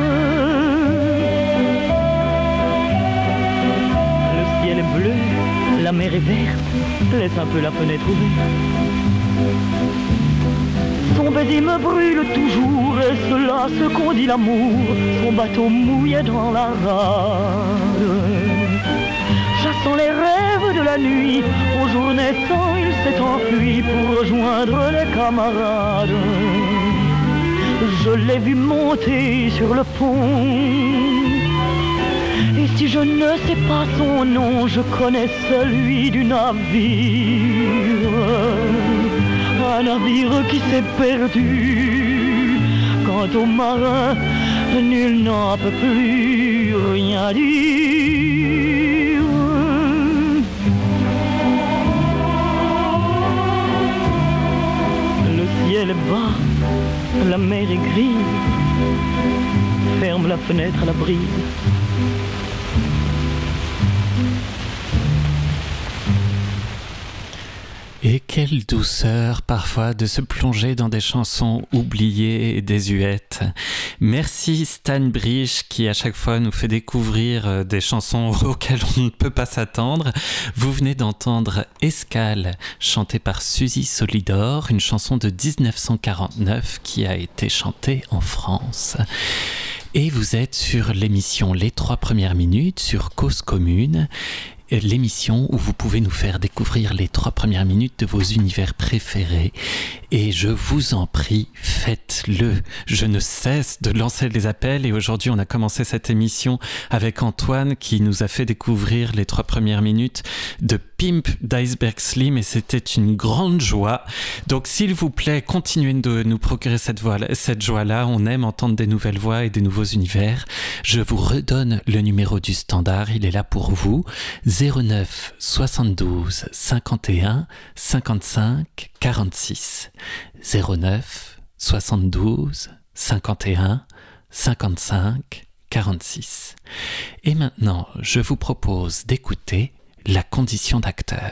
S8: Le ciel est bleu, la mer est verte, laisse un peu la fenêtre ouverte. Son baiser me brûle toujours, et cela ce qu'on dit l'amour, son bateau mouillé dans la rade. Chassant les rêves de la nuit, au jour naissant il s'est enfui pour rejoindre les camarades. Je l'ai vu monter sur le pont, et si je ne sais pas son nom, je connais celui du navire. Un navire qui s'est perdu. Quant aux marins, nul n'en peut plus rien dire. Le ciel est bas, la mer est grise. Ferme la fenêtre à la brise.
S2: Et quelle douceur parfois de se plonger dans des chansons oubliées et désuètes. Merci Stan Brich qui à chaque fois nous fait découvrir des chansons auxquelles on ne peut pas s'attendre. Vous venez d'entendre Escale, chantée par Suzy Solidor, une chanson de 1949 qui a été chantée en France. Et vous êtes sur l'émission Les 3 premières minutes sur Cause Commune, l'émission où vous pouvez nous faire découvrir les 3 premières minutes de vos univers préférés. Et je vous en prie, faites-le. Je ne cesse de lancer les appels et aujourd'hui on a commencé cette émission avec Antoine qui nous a fait découvrir les 3 premières minutes de Pimp d'Iceberg Slim et c'était une grande joie. Donc s'il vous plaît, continuez de nous procurer cette joie-là. On aime entendre des nouvelles voix et des nouveaux univers. Je vous redonne le numéro du standard, il est là pour vous. 09 72 51 55 46. 09 72 51 55 46. Et maintenant, je vous propose d'écouter La condition d'acteur.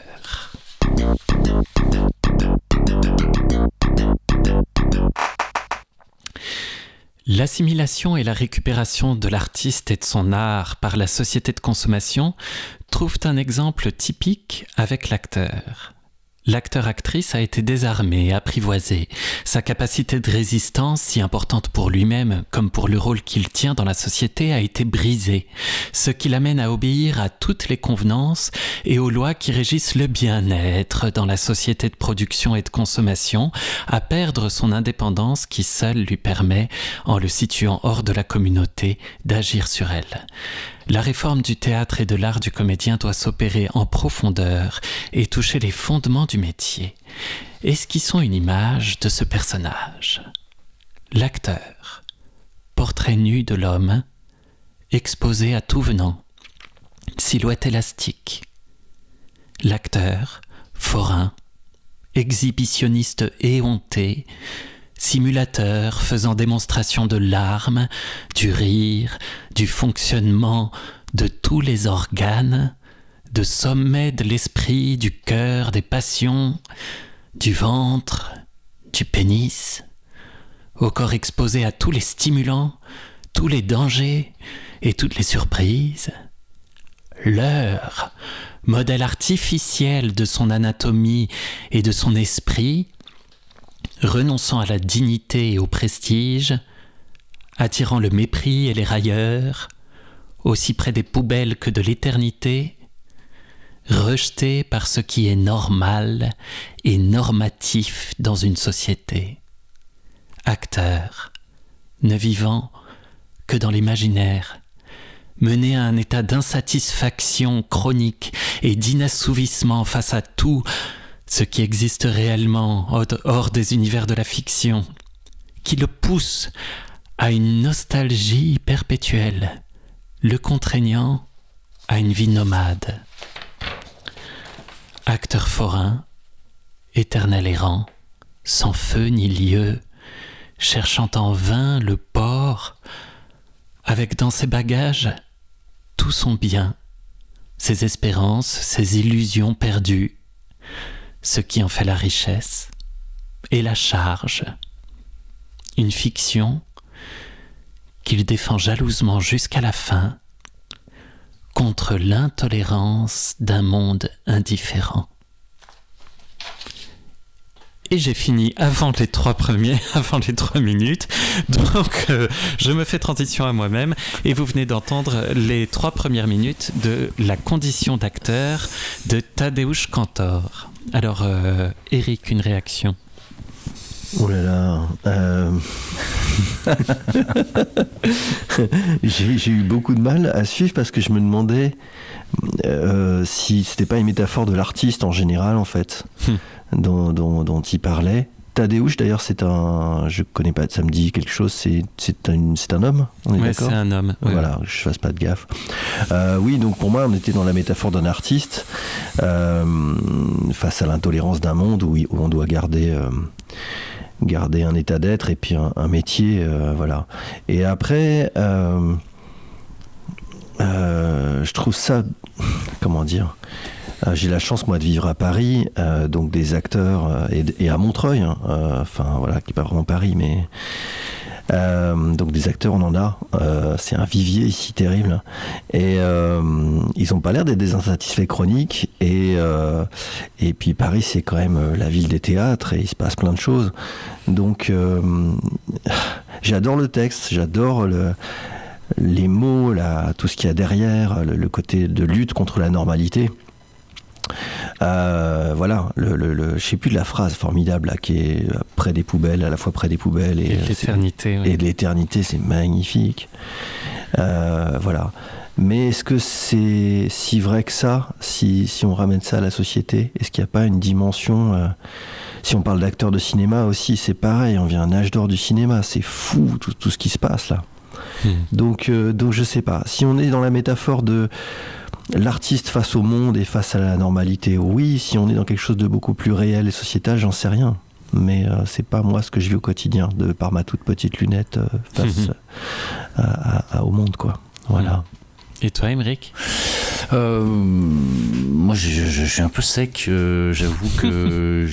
S2: L'assimilation et la récupération de l'artiste et de son art par la société de consommation trouvent un exemple typique avec l'acteur. L'acteur-actrice a été désarmé et apprivoisé. Sa capacité de résistance, si importante pour lui-même comme pour le rôle qu'il tient dans la société, a été brisée, ce qui l'amène à obéir à toutes les convenances et aux lois qui régissent le bien-être dans la société de production et de consommation, à perdre son indépendance qui seule lui permet, en le situant hors de la communauté, d'agir sur elle. La réforme du théâtre et de l'art du comédien doit s'opérer en profondeur et toucher les fondements du métier. Esquissons une image de ce personnage. L'acteur, portrait nu de l'homme, exposé à tout venant, silhouette élastique. L'acteur, forain, exhibitionniste éhonté, simulateur faisant démonstration de larmes, du rire, du fonctionnement de tous les organes, de sommet de l'esprit, du cœur, des passions, du ventre, du pénis, au corps exposé à tous les stimulants, tous les dangers et toutes les surprises. L'heure, modèle artificiel de son anatomie et de son esprit, renonçant à la dignité et au prestige, attirant le mépris et les railleurs, aussi près des poubelles que de l'éternité, rejeté par ce qui est normal et normatif dans une société. Acteur, ne vivant que dans l'imaginaire, mené à un état d'insatisfaction chronique et d'inassouvissement face à tout ce qui existe réellement hors des univers de la fiction, qui le pousse à une nostalgie perpétuelle, le contraignant à une vie nomade. Acteur forain, éternel errant, sans feu ni lieu, cherchant en vain le port, avec dans ses bagages tout son bien, ses espérances, ses illusions perdues, ce qui en fait la richesse et la charge. Une fiction qu'il défend jalousement jusqu'à la fin contre l'intolérance d'un monde indifférent. Et j'ai fini avant les 3 minutes. Donc, je me fais transition à moi-même. Et vous venez d'entendre les 3 premières minutes de La condition d'acteur de Tadeusz Kantor. Alors, Eric, une réaction?
S7: Oh là là. J'ai eu beaucoup de mal à suivre parce que je me demandais si c'était pas une métaphore de l'artiste en général, en fait. Dont il parlait. Tadeusz, d'ailleurs, je connais pas, ça me dit quelque chose, c'est un homme, on est d'accord ?
S2: C'est un homme. Ouais.
S7: Voilà, je fasse pas de gaffe. Oui, donc pour moi, on était dans la métaphore d'un artiste face à l'intolérance d'un monde où on doit garder un état d'être et puis un métier, voilà. Et après, je trouve ça, comment dire, J'ai la chance, moi, de vivre à Paris, donc des acteurs, et à Montreuil, hein, qui n'est pas vraiment Paris, mais... donc des acteurs, on en a. C'est un vivier ici terrible. Et ils n'ont pas l'air d'être des insatisfaits chroniques. Et puis Paris, c'est quand même la ville des théâtres et il se passe plein de choses. Donc j'adore le texte, j'adore les mots, tout ce qu'il y a derrière, le côté de lutte contre la normalité. Je sais plus de la phrase formidable là, qui est près des poubelles, à la fois près des poubelles et
S2: de l'éternité.
S7: Et de l'éternité, c'est magnifique. Voilà. Mais est-ce que c'est si vrai que ça, si on ramène ça à la société? Est-ce qu'il n'y a pas une dimension si on parle d'acteurs de cinéma aussi, c'est pareil, on vient un âge d'or du cinéma, c'est fou tout ce qui se passe là. Donc je sais pas. Si on est dans la métaphore de l'artiste face au monde et face à la normalité, oui. Si on est dans quelque chose de beaucoup plus réel et sociétal, j'en sais rien. Mais c'est pas moi ce que je vis au quotidien, par ma toute petite lunette face au monde, quoi. Voilà.
S2: Et toi, Aymeric?
S6: Moi, je suis un peu sec. J'avoue que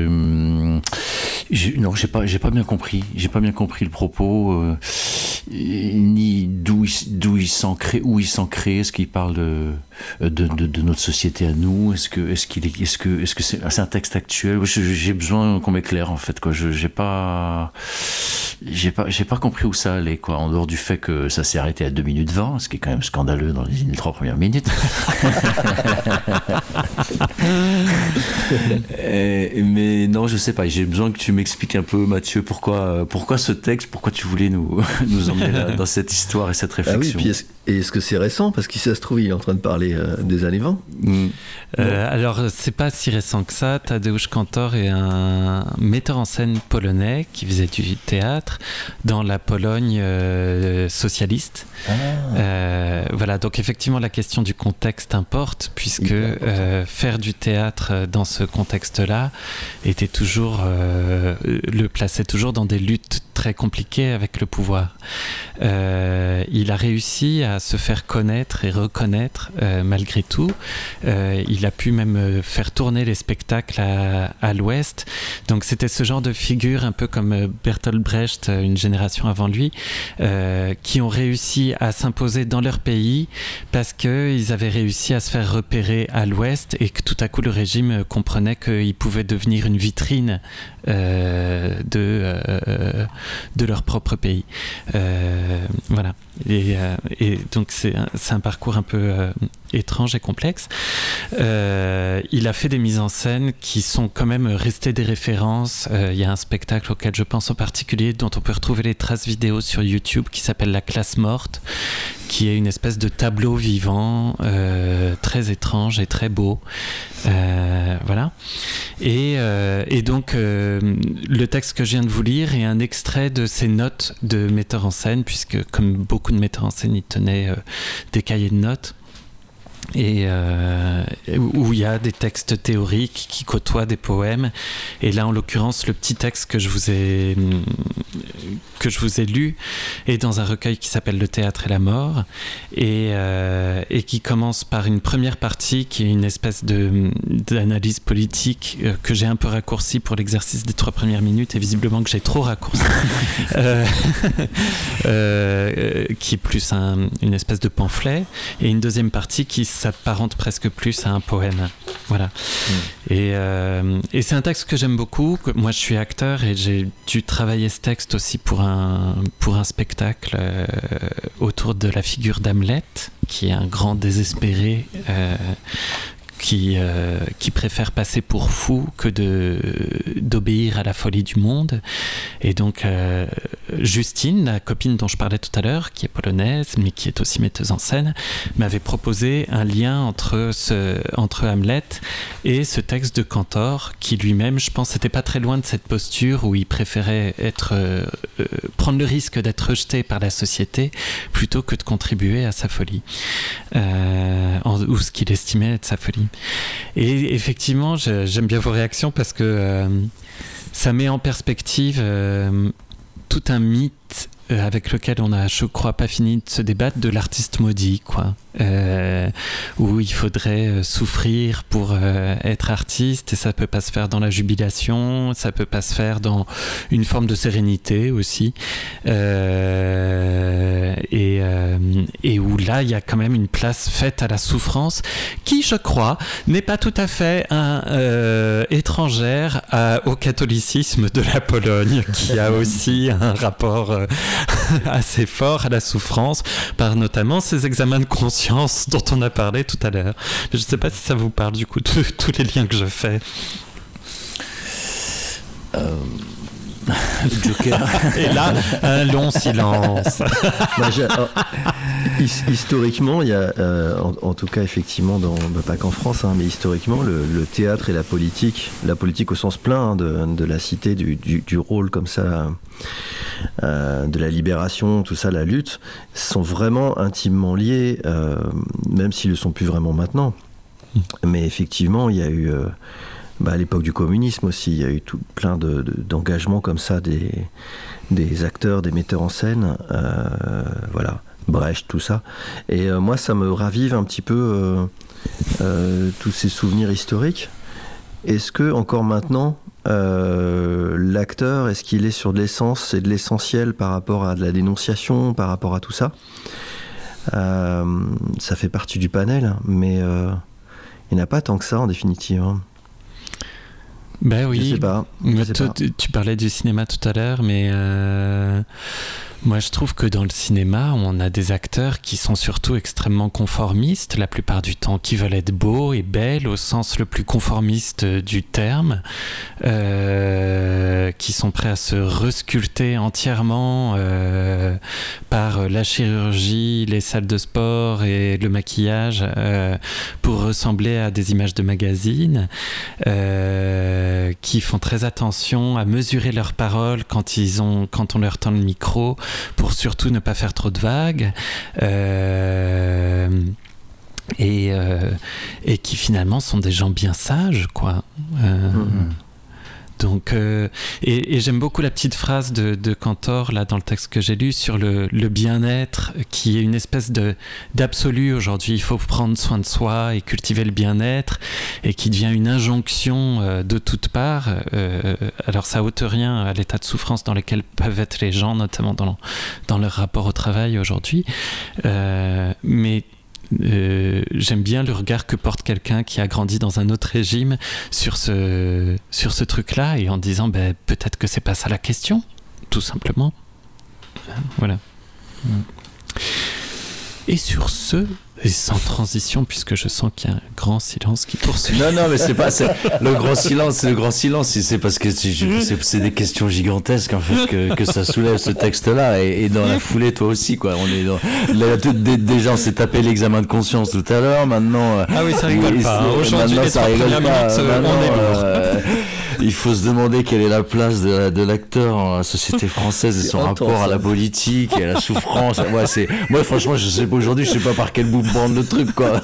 S6: non, j'ai pas bien compris. J'ai pas bien compris le propos, ni d'où il s'ancre, où il s'ancre. Est-ce qu'il parle de notre société à nous? Est-ce que c'est un texte actuel? J'ai besoin qu'on m'éclaire en fait, quoi. J'ai pas compris où ça allait, quoi. En dehors du fait que ça s'est arrêté à 2 minutes 20, ce qui est quand même scandaleux dans les 3 premières minutes. Mais non, je sais pas. J'ai besoin que tu m'expliques un peu, Mathieu, pourquoi ce texte, pourquoi tu voulais nous emmener dans cette histoire et cette réflexion.
S7: Ah oui, puis est-ce que c'est récent? Parce qu'il se trouve, il est en train de parler des années 20.
S2: Alors, c'est pas si récent que ça. Tadeusz Kantor est un metteur en scène polonais qui faisait du théâtre dans la Pologne socialiste. Voilà, donc effectivement, la question du contexte importe, puisque faire du théâtre dans ce contexte-là était toujours le plaçait toujours dans des luttes très compliquées avec le pouvoir. Il a réussi à se faire connaître et reconnaître malgré tout. Il a pu même faire tourner les spectacles à l'Ouest. Donc c'était ce genre de figure, un peu comme Bertolt Brecht, une génération avant lui, qui ont réussi à s'imposer dans leur pays parce qu'ils avaient réussi à se faire repérer à l'Ouest et que tout à coup le régime comprenait qu'ils pouvaient devenir une vitrine de leur propre pays. Voilà. Et donc c'est un parcours un peu étrange et complexe. Il a fait des mises en scène qui sont quand même restées des références. Il y a un spectacle auquel je pense en particulier, dont on peut retrouver les traces vidéo sur YouTube, qui s'appelle La Classe Morte, qui est une espèce de tableau vivant très étrange et très beau. Voilà. Et donc le texte que je viens de vous lire est un extrait de ses notes de metteur en scène, puisque comme beaucoup de metteurs en scène, il tenait des cahiers de notes. Et où il y a des textes théoriques qui côtoient des poèmes. Et là, en l'occurrence, le petit texte que je vous ai lu est dans un recueil qui s'appelle Le théâtre et la mort, et qui commence par une première partie qui est une espèce d'analyse politique que j'ai un peu raccourcie pour l'exercice des 3 premières minutes, et visiblement que j'ai trop raccourci, qui est plus une espèce de pamphlet, et une deuxième partie qui s'apparente presque plus à un poème. Voilà. Et c'est un texte que j'aime beaucoup. Moi, je suis acteur et j'ai dû travailler ce texte aussi pour un spectacle autour de la figure d'Hamlet, qui est un grand désespéré qui préfère passer pour fou que d'obéir à la folie du monde. Et donc Justine, la copine dont je parlais tout à l'heure, qui est polonaise mais qui est aussi metteuse en scène, m'avait proposé un lien entre Hamlet et ce texte de Kantor, qui lui-même, je pense, n'était pas très loin de cette posture où il préférait prendre le risque d'être rejeté par la société plutôt que de contribuer à sa folie, ou ce qu'il estimait être sa folie. Et effectivement, j'aime bien vos réactions parce que ça met en perspective tout un mythe avec lequel on a, je crois, pas fini de se débattre, de l'artiste maudit, quoi. Où il faudrait souffrir pour être artiste, et ça peut pas se faire dans la jubilation, ça peut pas se faire dans une forme de sérénité aussi, et où là il y a quand même une place faite à la souffrance qui, je crois, n'est pas tout à fait étrangère au catholicisme de la Pologne, qui a aussi un rapport assez fort à la souffrance, par notamment ces examens de conscience dont on a parlé tout à l'heure. Je ne sais pas si ça vous parle du coup, tous les liens que je fais.
S6: Joker.
S2: Et là, un long silence.
S7: Historiquement, il y a, en tout cas effectivement, pas qu'en France, mais historiquement, le théâtre et la politique au sens plein de la cité, du rôle comme ça, de la libération, tout ça, la lutte, sont vraiment intimement liés, même s'ils ne le sont plus vraiment maintenant. Mais effectivement, il y a eu... à l'époque du communisme aussi, il y a eu plein d'engagements comme ça des acteurs, des metteurs en scène, voilà, Brecht, tout ça. Et moi, ça me ravive un petit peu tous ces souvenirs historiques. Est-ce que, encore maintenant, l'acteur, est-ce qu'il est sur de l'essence et de l'essentiel par rapport à de la dénonciation, par rapport à tout ça ? Ça fait partie du panel, mais il n'y en a pas tant que ça, en définitive, hein.
S2: Ben oui,
S7: je sais pas.
S2: Tu parlais du cinéma tout à l'heure, mais moi je trouve que dans le cinéma, on a des acteurs qui sont surtout extrêmement conformistes, la plupart du temps, qui veulent être beaux et belles au sens le plus conformiste du terme, qui sont prêts à se resculpter entièrement par la chirurgie, les salles de sport et le maquillage pour ressembler à des images de magazines, qui font très attention à mesurer leurs paroles quand on leur tend le micro, pour surtout ne pas faire trop de vagues, et qui finalement sont des gens bien sages, quoi. Donc, et j'aime beaucoup la petite phrase de Cantor là dans le texte que j'ai lu sur le bien-être, qui est une espèce d'absolu aujourd'hui. Il faut prendre soin de soi et cultiver le bien-être, et qui devient une injonction de toutes parts. Alors ça ôte rien à l'état de souffrance dans lequel peuvent être les gens, notamment dans leur rapport au travail aujourd'hui. Mais j'aime bien le regard que porte quelqu'un qui a grandi dans un autre régime sur ce truc-là, et en disant peut-être que c'est pas ça la question, tout simplement. Voilà. Et sur ce, et sans transition, puisque je sens qu'il y a un grand silence qui poursuit.
S6: Non, mais c'est le grand silence, c'est parce que c'est des questions gigantesques en fait que ça soulève ce texte-là, et dans la foulée toi aussi, quoi. On est déjà on s'est tapé l'examen de conscience tout à l'heure, maintenant. Ah oui, ça rigole pas. Aujourd'hui, les 3 premières minutes, on est lourd. Il faut se demander quelle est la place de l'acteur dans la société française et son rapport à la politique et à la souffrance. Moi, franchement, aujourd'hui, je sais pas par quel bout prendre le truc, quoi.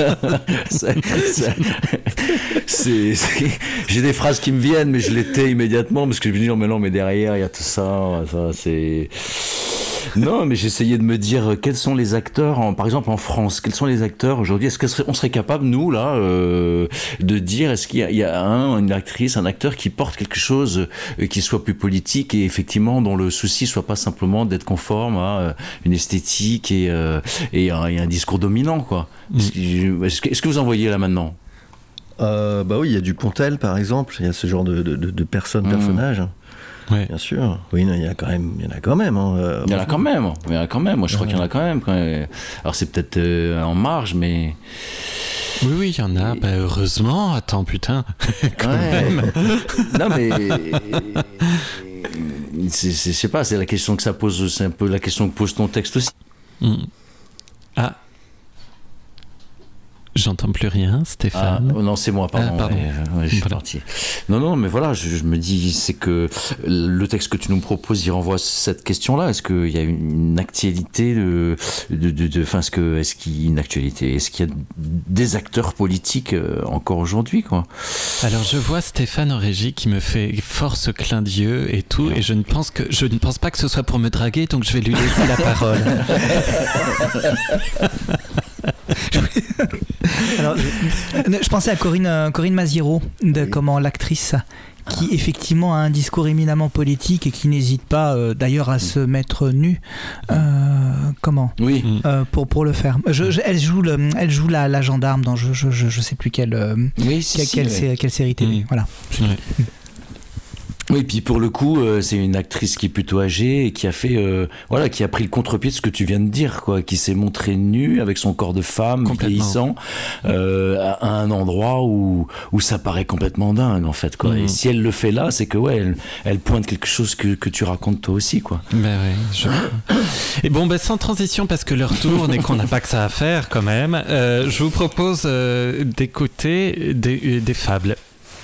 S6: J'ai des phrases qui me viennent, mais je les tais immédiatement parce que je me dis non, mais derrière, il y a tout ça, c'est... Non, mais j'essayais de me dire quels sont les acteurs, par exemple en France, quels sont les acteurs aujourd'hui. Est-ce qu'on serait capable, nous, là, de dire, est-ce qu'il y a une actrice, un acteur qui porte quelque chose qui soit plus politique, et effectivement dont le souci soit pas simplement d'être conforme à une esthétique et un discours dominant, quoi. Est-ce que vous en voyez là maintenant?
S7: Oui, il y a du Pontel, par exemple. Il y a ce genre de personnages. Ouais. Bien sûr. Oui, il y en a quand même. Il y en a quand même.
S6: Moi, je crois qu'il y en a quand même. Alors, c'est peut-être en marge, mais.
S2: Oui, il y en a. Heureusement. Attends, putain. Quand même.
S6: Non, mais. Je sais pas. C'est la question que ça pose. C'est un peu la question que pose ton texte aussi.
S2: Ah. J'entends plus rien, Stéphane.
S6: Ah, non, c'est moi, pardon.
S2: Pardon.
S6: Je suis parti. Non, mais voilà, je me dis, c'est que le texte que tu nous proposes, il renvoie à cette question-là. Est-ce qu'il y a une actualité est-ce qu'il y a une actualité? Est-ce qu'il y a des acteurs politiques encore aujourd'hui, quoi?
S2: Alors, je vois Stéphane en régie qui me fait fort ce clin d'yeux et tout, et je ne pense pas que ce soit pour me draguer, donc je vais lui laisser la parole.
S3: Alors, je pensais à Corinne Maziero, comment l'actrice qui effectivement a un discours éminemment politique et qui n'hésite pas d'ailleurs à se mettre nue pour le faire. Elle joue la gendarme dans je sais plus quelle série télé. Voilà.
S6: Oui, puis pour le coup, c'est une actrice qui est plutôt âgée et qui a fait, qui a pris le contre-pied de ce que tu viens de dire, quoi, qui s'est montrée nue avec son corps de femme vieillissant à un endroit où ça paraît complètement dingue, en fait, quoi. Et si elle le fait là, c'est que elle pointe quelque chose que tu racontes toi aussi, quoi.
S2: Ben oui. Et bon, sans transition, parce que l'heure tourne et qu'on n'a pas que ça à faire quand même. Je vous propose d'écouter des fables.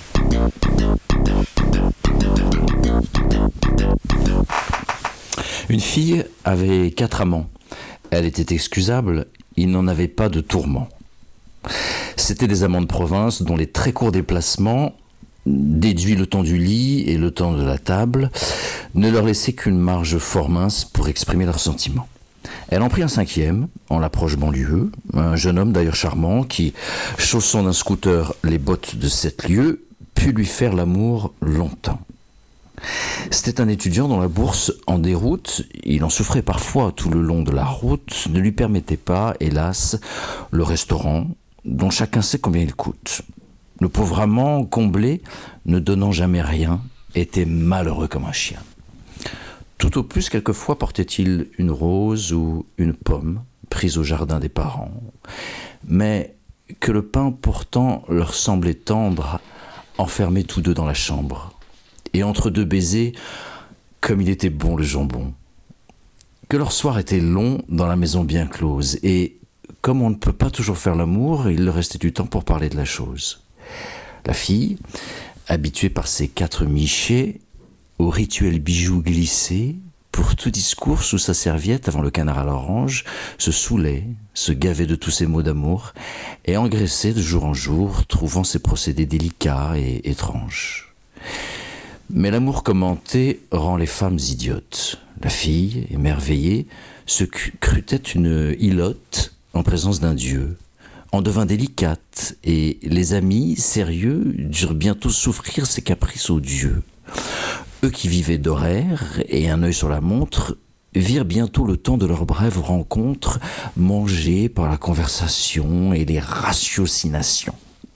S6: Une fille avait 4 amants. Elle était excusable, il n'en avait pas de tourment. C'étaient des amants de province dont les très courts déplacements, déduits le temps du lit et le temps de la table, ne leur laissaient qu'une marge fort mince pour exprimer leurs sentiments. Elle en prit un 5e, en l'approche banlieue, un jeune homme d'ailleurs charmant qui, chaussant d'un scooter les bottes de 7 lieues, put lui faire l'amour longtemps. C'était un étudiant dont la bourse en déroute, il en souffrait parfois tout le long de la route, ne lui permettait pas, hélas, le restaurant, dont chacun sait combien il coûte. Le pauvre amant, comblé, ne donnant jamais rien, était malheureux comme un chien. Tout au plus, quelquefois, portait-il une rose ou une pomme, prise au jardin des parents. Mais que le pain, pourtant, leur semblait tendre, enfermés tous deux dans la chambre. Et entre 2 baisers, comme il était bon le jambon. Que leur soir était long dans la maison bien close, et comme on ne peut pas toujours faire l'amour, il leur restait du temps pour parler de la chose. La fille, habituée par ses 4 michets, au rituel bijou glissé, pour tout discours sous sa serviette avant le canard à l'orange, se saoulait, se gavait de tous ses mots d'amour, et engraissait de jour en jour, trouvant ses procédés délicats et étranges. Mais l'amour commenté rend les femmes idiotes. La fille, émerveillée, se crut une ilote en présence d'un dieu, en devint délicate, et les amis, sérieux, durent bientôt souffrir ses caprices odieux. Eux qui vivaient d'horaires et un œil sur la montre, virent bientôt le temps de leur brève rencontre mangé par la conversation et les ratiocinations.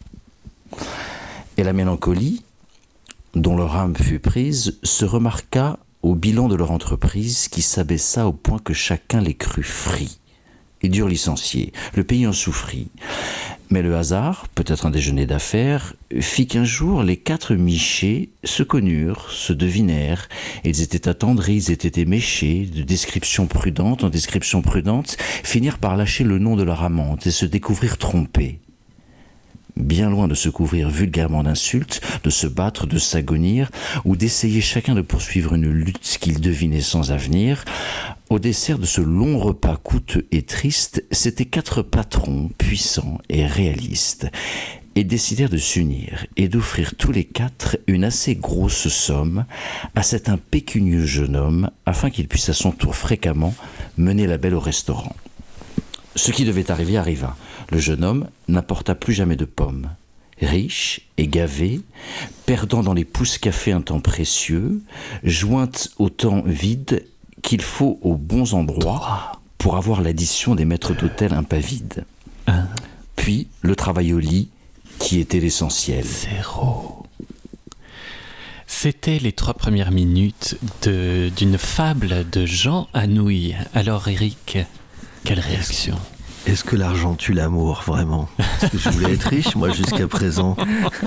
S6: Et la mélancolie, dont leur âme fut prise, se remarqua au bilan de leur entreprise qui s'abaissa au point que chacun les crut frits. Ils durent licencier, le pays en souffrit. Mais le hasard, peut-être un déjeuner d'affaires, fit qu'un jour les 4 michets se connurent, se devinèrent. Ils étaient attendris, ils étaient éméchés, de description prudente en description prudente, finirent par lâcher le nom de leur amante et se découvrirent trompés. Bien loin de se couvrir vulgairement d'insultes, de se battre, de s'agonir, ou d'essayer chacun de poursuivre une lutte qu'ils devinaient sans avenir, au dessert de ce long repas coûteux et triste, c'étaient 4 patrons puissants et réalistes, et décidèrent de s'unir et d'offrir tous les 4 une assez grosse somme à cet impécunieux jeune homme, afin qu'il puisse à son tour fréquemment mener la belle au restaurant. Ce qui devait arriver arriva. Le jeune homme n'apporta plus jamais de pommes. Riche et gavé, perdant dans les pousse-cafés un temps précieux, jointe au temps vide qu'il faut aux bons endroits pour avoir l'addition des maîtres d'hôtel impavides. Puis le travail au lit, qui était l'essentiel.
S2: 0. C'était les 3 premières minutes d'une fable de Jean Anouilh. Alors Eric, quelle réaction ?
S7: Est-ce que l'argent tue l'amour, vraiment ? Est-ce que je voulais être riche, moi, jusqu'à présent ?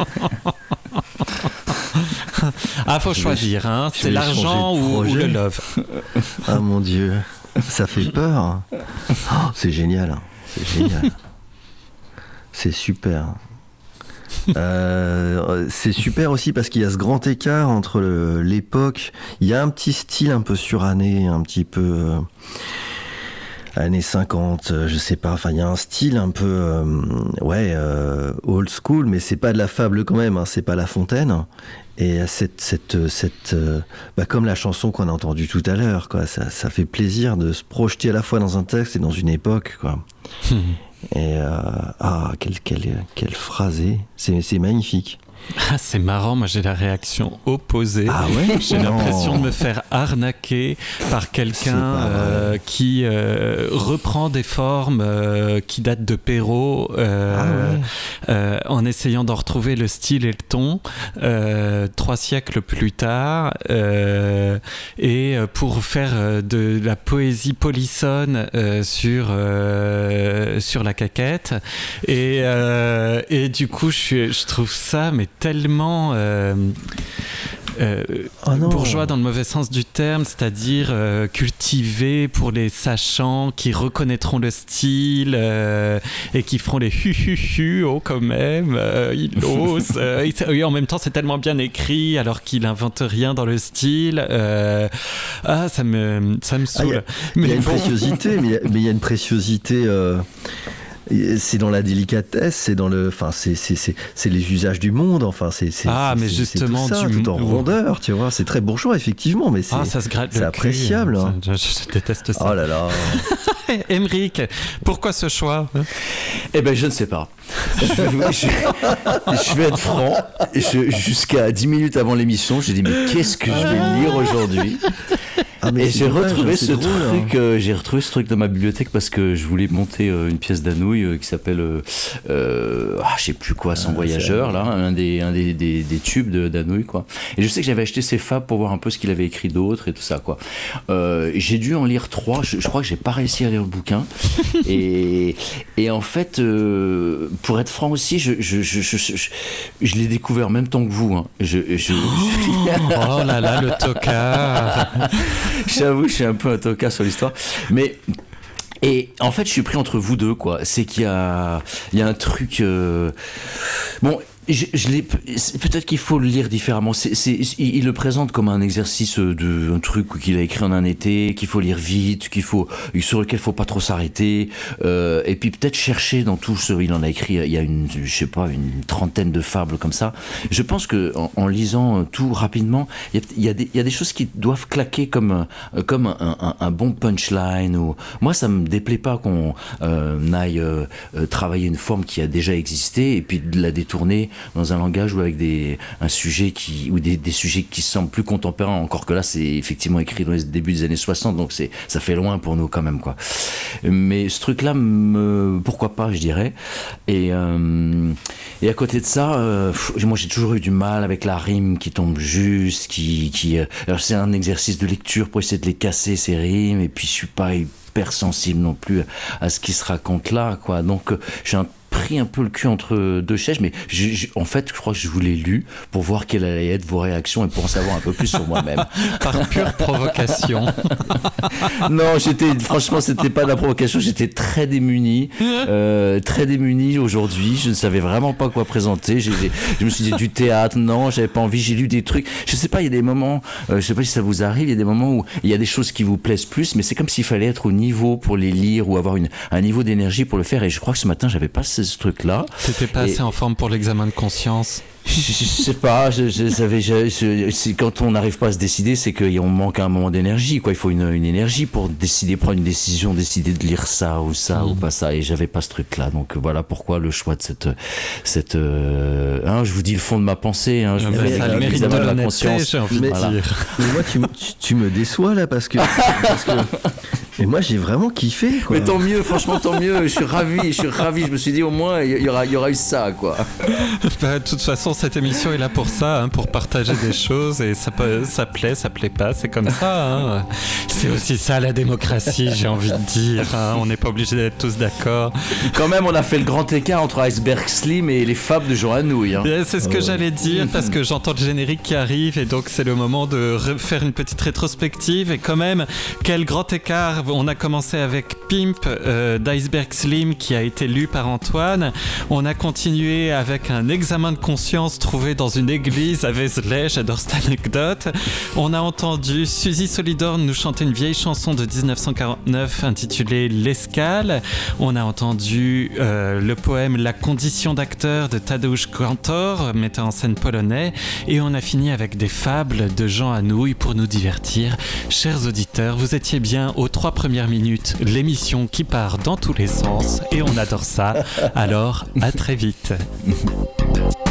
S2: Ah, faut choisir, hein. C'est l'argent ou le love.
S7: Ah mon Dieu, ça fait peur. Oh, c'est génial, c'est génial. C'est super. C'est super aussi parce qu'il y a ce grand écart entre l'époque. Il y a un petit style un peu suranné, un petit peu années 50, je sais pas. Enfin, il y a un style un peu old school, mais c'est pas de la fable quand même. Hein, c'est pas La Fontaine. Et comme la chanson qu'on a entendue tout à l'heure, quoi. Ça fait plaisir de se projeter à la fois dans un texte et dans une époque, quoi. Et quel phrasé, c'est magnifique.
S2: Ah, c'est marrant, moi j'ai la réaction opposée.
S7: Ah ouais?
S2: J'ai l'impression de me faire arnaquer par quelqu'un qui reprend des formes qui datent de Perrault en essayant d'en retrouver le style et le ton 3 siècles plus tard et pour faire de la poésie polissonne sur la caquette et du coup je trouve ça mais tellement bourgeois dans le mauvais sens du terme, c'est-à-dire cultivé pour les sachants qui reconnaîtront le style et qui feront les hu oh quand même il ose et en même temps c'est tellement bien écrit alors qu'il invente rien dans le style ça me saoule.
S7: Il y a une préciosité mais il y a une préciosité c'est dans la délicatesse, c'est dans le, enfin c'est les usages du monde, enfin c'est
S2: mais justement
S7: tout ça, tout en rondeur, tu vois, c'est très bourgeois effectivement, mais
S2: ça se gratte
S7: c'est appréciable.
S2: Hein. Je déteste ça.
S7: Oh là là.
S2: Émeric, pourquoi ce choix?
S6: Eh ben je ne sais pas. Je vais être franc. Jusqu'à 10 minutes avant l'émission, j'ai dit mais qu'est-ce que je vais lire aujourd'hui? Et j'ai retrouvé ce truc dans ma bibliothèque parce que je voulais monter une pièce d'Anouilh qui s'appelle je sais plus quoi, Sans voyageur, là, un des tubes d'Anouilh, quoi. Et je sais que j'avais acheté ses fables pour voir un peu ce qu'il avait écrit d'autre et tout ça, quoi. J'ai dû en lire 3. Je crois que j'ai pas réussi à lire le bouquin. et en fait, pour être franc aussi, je l'ai découvert en même temps que vous. Hein.
S2: Oh là là, le tocard.
S6: J'avoue, je suis un peu un tocard sur l'histoire. Et en fait, je suis pris entre vous deux, quoi. C'est qu'il y a un truc... Bon... peut-être qu'il faut le lire différemment. Il le présente comme un exercice un truc qu'il a écrit en un été, qu'il faut lire vite, sur lequel il faut pas trop s'arrêter. Et puis peut-être chercher dans tout ce, il en a écrit, il y a une 30aine de fables comme ça. Je pense que en lisant tout rapidement, il y a des choses qui doivent claquer comme un bon punchline. Ou moi, ça me déplaît pas qu'on aille travailler une forme qui a déjà existé et puis de la détourner dans un langage ou avec un sujet ou des sujets qui semblent plus contemporains, encore que là c'est effectivement écrit dans les débuts des années 60, donc ça fait loin pour nous quand même, quoi. Mais ce truc là pourquoi pas, je dirais. Et à côté de ça, moi j'ai toujours eu du mal avec la rime qui tombe juste, alors c'est un exercice de lecture pour essayer de les casser, ces rimes, et puis je suis pas hyper sensible non plus à ce qui se raconte là, quoi. Donc j'ai pris un peu le cul entre deux chaises, mais en fait, je crois que je vous l'ai lu pour voir quelles allaient être vos réactions et pour en savoir un peu plus sur moi-même.
S2: Par pure provocation.
S6: Non, franchement, c'était pas de la provocation, j'étais très démuni aujourd'hui, je ne savais vraiment pas quoi présenter, je me suis dit du théâtre, non, j'avais pas envie, j'ai lu des trucs, je sais pas, il y a des moments, je sais pas si ça vous arrive, il y a des moments où il y a des choses qui vous plaisent plus, mais c'est comme s'il fallait être au niveau pour les lire ou avoir un niveau d'énergie pour le faire, et je crois que ce matin, j'avais pas ce truc-là.
S2: T'étais pas assez en forme pour l'examen de conscience?
S6: Je sais pas, quand on n'arrive pas à se décider, c'est qu'on manque un moment d'énergie, quoi. Il faut une énergie pour prendre une décision, décider de lire ça ou ou pas ça, et j'avais pas ce truc-là, donc voilà pourquoi le choix de je vous dis le fond de ma pensée, je vous
S2: ça le mérite de
S6: la conscience,
S2: j'ai envie de dire.
S7: Mais moi, tu me déçois là parce que mais moi j'ai vraiment kiffé, quoi.
S6: Mais tant mieux, franchement tant mieux, je suis ravi, je me suis dit au moins il y aura eu ça, quoi.
S2: De toute façon cette émission est là pour ça, pour partager des choses, et ça plaît pas, c'est comme ça. C'est aussi ça la démocratie, j'ai envie de dire. On n'est pas obligé d'être tous d'accord.
S6: Quand même, on a fait le grand écart entre Iceberg Slim et les fables de Jean Anouilh.
S2: C'est ce que j'allais dire, parce que j'entends le générique qui arrive, et donc c'est le moment de faire une petite rétrospective. Et quand même, quel grand écart on a commencé avec Pimp d'Iceberg Slim qui a été lu par Antoine. On a continué avec un examen de conscience trouvé dans une église à Vézelay. J'adore cette anecdote. On a entendu Suzy Solidorn nous chanter une vieille chanson de 1949 intitulée L'Escale. On a entendu le poème La condition d'acteur de Tadeusz Kantor, metteur en scène polonais. Et on a fini avec des fables de Jean Anouilh pour nous divertir. Chers auditeurs, vous étiez bien aux 3 premières minutes, l'émission qui part dans tous les sens et on adore ça. Alors, à très vite.